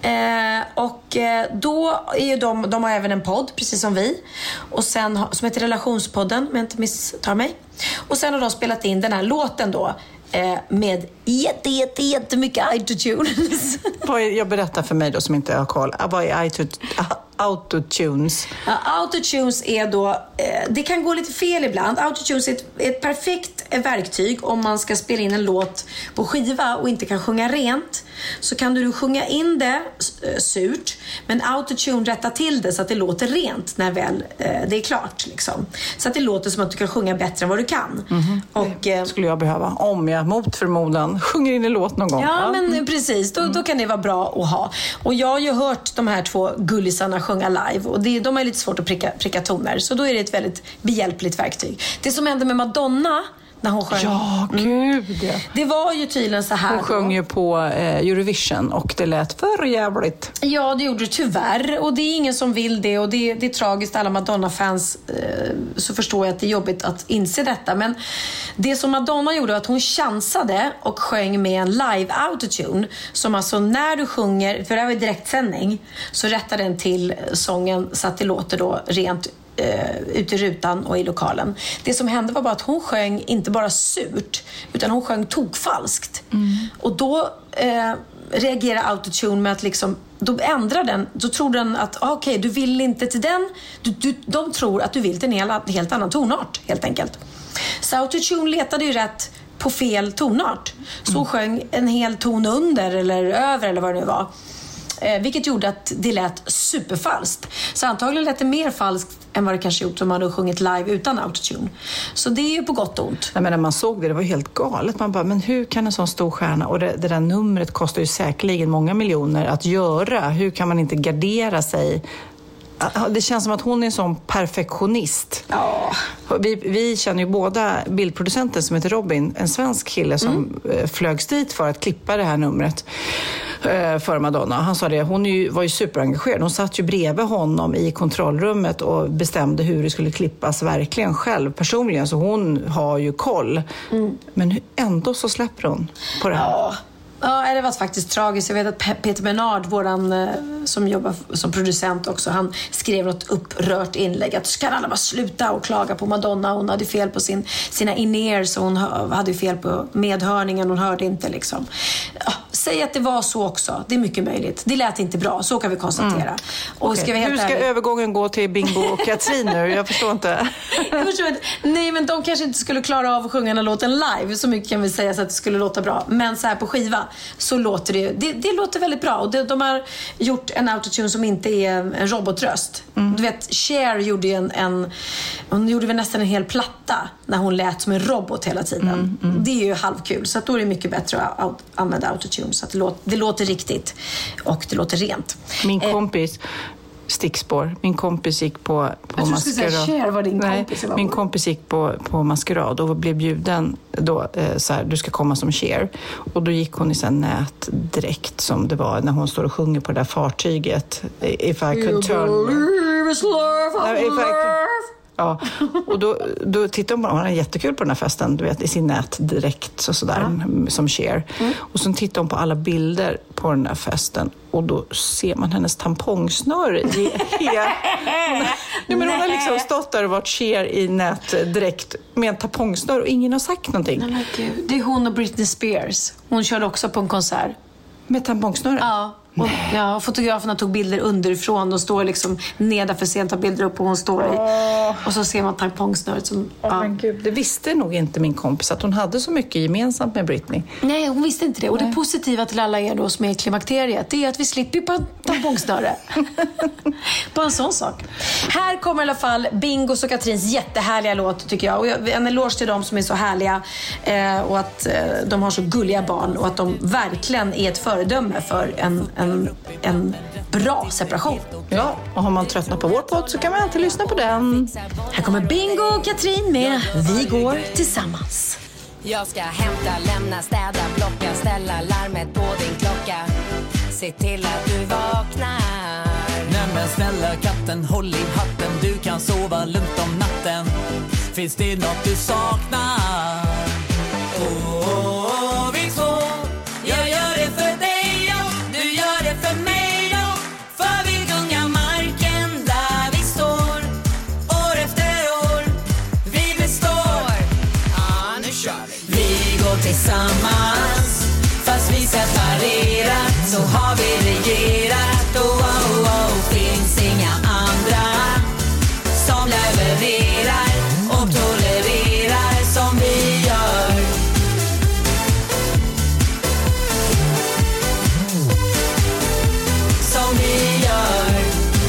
Då är ju de har även en podd, precis som vi. Och sen, som heter Relationspodden, om jag inte misstar mig. Och sen har de spelat in den här låten då, med jättemycket autotunes.
Jag berättar för mig då som inte har koll. Vad är autotunes?
Autotunes är då, det kan gå lite fel ibland. Autotunes är ett perfekt verktyg om man ska spela in en låt på skiva och inte kan sjunga rent. Så kan du sjunga in det surt, men autotune rättar till det så att det låter rent när väl det är klart liksom. Så att det låter som att du kan sjunga bättre än vad du kan. Och
det skulle jag behöva, om jag mot förmodan sjunger in en låt någon gång.
Ja, men precis, då kan det vara bra att ha. Och jag har ju hört de här 2 gullisarna sjunga live, och de är lite svårt att pricka toner, så då är det ett väldigt behjälpligt verktyg. Det som hände med Madonna när hon sjöng.
Ja, gud.
Det var ju tydligen så här.
Hon sjöng ju på Eurovision, och det lät för jävligt.
Ja, det gjorde det tyvärr. Och det är ingen som vill det. Och det är tragiskt. Alla Madonna-fans, så förstår jag att det är jobbigt att inse detta. Men det som Madonna gjorde var att hon chansade och sjöng med en live autotune. Som alltså när du sjunger, för det här var direktsändning, så rättar den till sången så att det låter då rent ute i rutan och i lokalen. Det som hände var bara att hon sjöng inte bara surt, utan hon sjöng tokfalskt. Och då reagerar autotune med att liksom, då ändrar den, då tror den att okej, du vill inte till den, de tror att du vill till en helt annan tonart, helt enkelt. Så autotune letade ju rätt på fel tonart. Så hon sjöng en hel ton under eller över eller vad det nu var. Vilket gjorde att det lät superfalskt. Så antagligen lät det mer falskt än vad det kanske gjort om man hade sjungit live utan autotune. Så det är ju på gott och ont.
Nej, men när man såg det var helt galet. Man bara, men hur kan en sån stor stjärna, och det där numret kostar ju säkerligen många miljoner att göra. Hur kan man inte gardera sig? Det känns som att hon är en sån perfektionist.
Ja.
Vi känner ju båda bildproducenten som heter Robin, en svensk kille som flögs dit för att klippa det här numret för Madonna. Han sa det, hon var ju superengagerad. Hon satt ju bredvid honom i kontrollrummet och bestämde hur det skulle klippas verkligen själv, personligen. Så hon har ju koll. Men ändå så släpper hon på det här.
Ja, det var faktiskt tragiskt. Jag vet att Peter Bernard, våran som jobbar som producent också, han skrev något upprört inlägg att ska alla bara sluta och klaga på Madonna. Hon hade fel på sina in-ears och hon hade fel på medhörningen. Hon hörde inte liksom. Ja, säg att det var så också. Det är mycket möjligt. Det lät inte bra. Så kan vi konstatera. Och ska vi
hur ska övergången gå till Bingo och Katrin nu? Jag förstår inte.
Nej, men de kanske inte skulle klara av att sjunga den låten live. Så mycket kan vi säga så att det skulle låta bra. Men så här på skiva så låter det låter väldigt bra. Och de har gjort en autotune som inte är en robotröst. Du vet, Cher gjorde ju hon gjorde väl nästan en hel platta när hon lät som en robot hela tiden. Det är ju halvkul. Så att då är det mycket bättre att använda autotune. Så att det låter riktigt och det låter rent.
Min kompis stickspår. Min kompis gick på maskerad. Min kompis gick på maskerad och blev bjuden då så här, du ska komma som Cher. Och då gick hon i sån nätdräkt som det var när hon står och sjunger på det där fartyget. If I could Ja, och då tittar hon på, hon har jättekul på den här festen, du vet, i sin nätdräkt och sådär, som Cher. Och så tittar hon på alla bilder på den här festen och då ser man hennes tampongsnöre. Men hon har liksom stått där och varit Cher i nätdräkt med en tampongsnöre och ingen har sagt någonting.
Nej, Gud. Det är hon och Britney Spears. Hon körde också på en konsert.
Med tampongsnöre?
Ja. Och fotograferna tog bilder underifrån och står liksom nedanför scenen, tar bilder upp och hon står i. Och så ser man tampongsnöret som...
Men Gud, det visste nog inte min kompis att hon hade så mycket gemensamt med Britney.
Nej, hon visste inte det. Och det positiva till alla er då som är i klimakteriet, det är att vi slipper på tampongsnöre. På en sån sak. Här kommer i alla fall Bingos och Katrins jättehärliga låt, tycker jag. Och en eloge till dem som är så härliga och att de har så gulliga barn och att de verkligen är ett föredöme för en bra separation.
Ja, och har man tröttnat på vår podd så kan man alltid lyssna på den.
Här kommer Bingo och Katrin med Vi går tillsammans.
Jag ska hämta, lämna, städa, plocka, ställa larmet på din klocka. Se till att du vaknar.
Nej men snälla katten, håll i hatten. Du kan sova lugnt om natten. Finns det något du saknar? Vi två, jag gör det för dig. Du gör det för mig då. För vi gungar marken där vi står. År efter år, vi består. Nu kör vi. Vi går tillsammans. Fast vi separerat så har vi regerat. Finns inga andra som levererar och tolererar som vi gör. Som vi gör.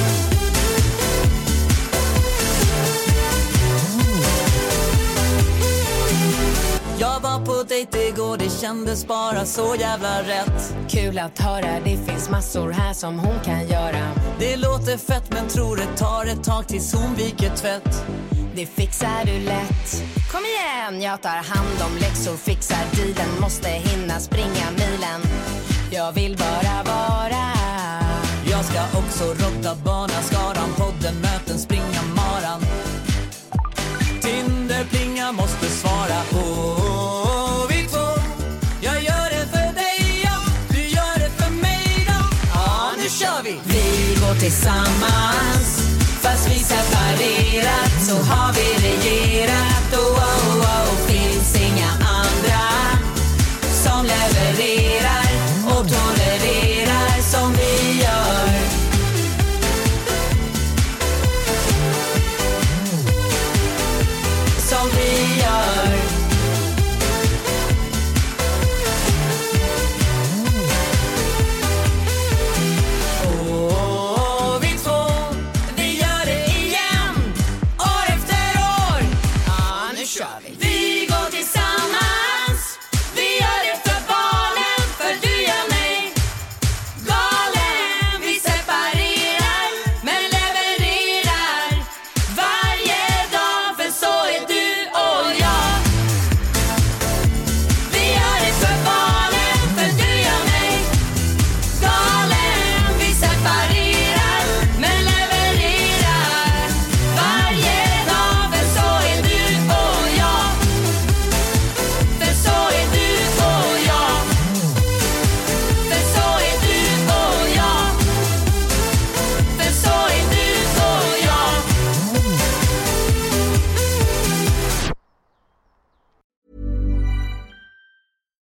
Jag var på dejt igår, det kändes bara så jävla rätt.
Kul att höra, det finns massor här som hon kan göra.
Det låter fett men tror det tar ett tag tills hon viker tvätt.
Det fixar du lätt. Kom igen, jag tar hand om läxor, fixar dealen. Måste hinna springa milen. Jag vill bara vara.
Jag ska också rotta barnaskaran, podden, möten, springa maran. Tinder plinga, måste svara. Vi två, jag gör det för dig, ja. Du gör det för mig då. Nu kör vi.
Vi går tillsammans. Fast vi separerat så har vi regerat. Finns inga andra som levererar och tolererar som vi gör. Som vi gör.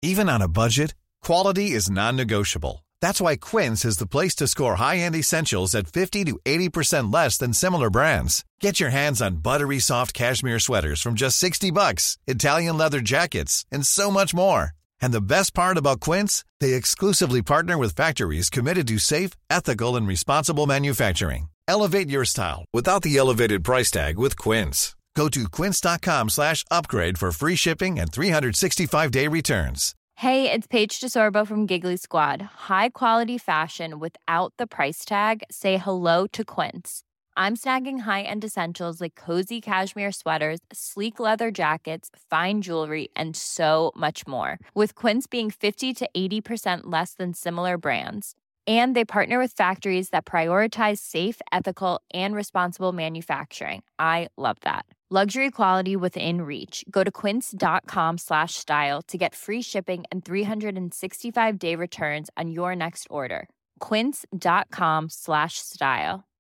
Even on a budget, quality is non-negotiable. That's why Quince is the place to score high-end essentials at 50 to 80% less than similar brands. Get your hands on buttery soft cashmere sweaters from just $60, Italian leather jackets, and so much more. And the best part about Quince, they exclusively partner with factories committed to safe, ethical, and responsible manufacturing. Elevate your style without the elevated price tag with Quince. Go to quince.com/upgrade for free shipping and 365-day returns.
Hey, it's Paige DeSorbo from Giggly Squad. High quality fashion without the price tag. Say hello to Quince. I'm snagging high-end essentials like cozy cashmere sweaters, sleek leather jackets, fine jewelry, and so much more. With Quince being 50 to 80% less than similar brands. And they partner with factories that prioritize safe, ethical, and responsible manufacturing. I love that. Luxury quality within reach. Go to quince.com/style to get free shipping and 365-day returns on your next order. Quince.com/style.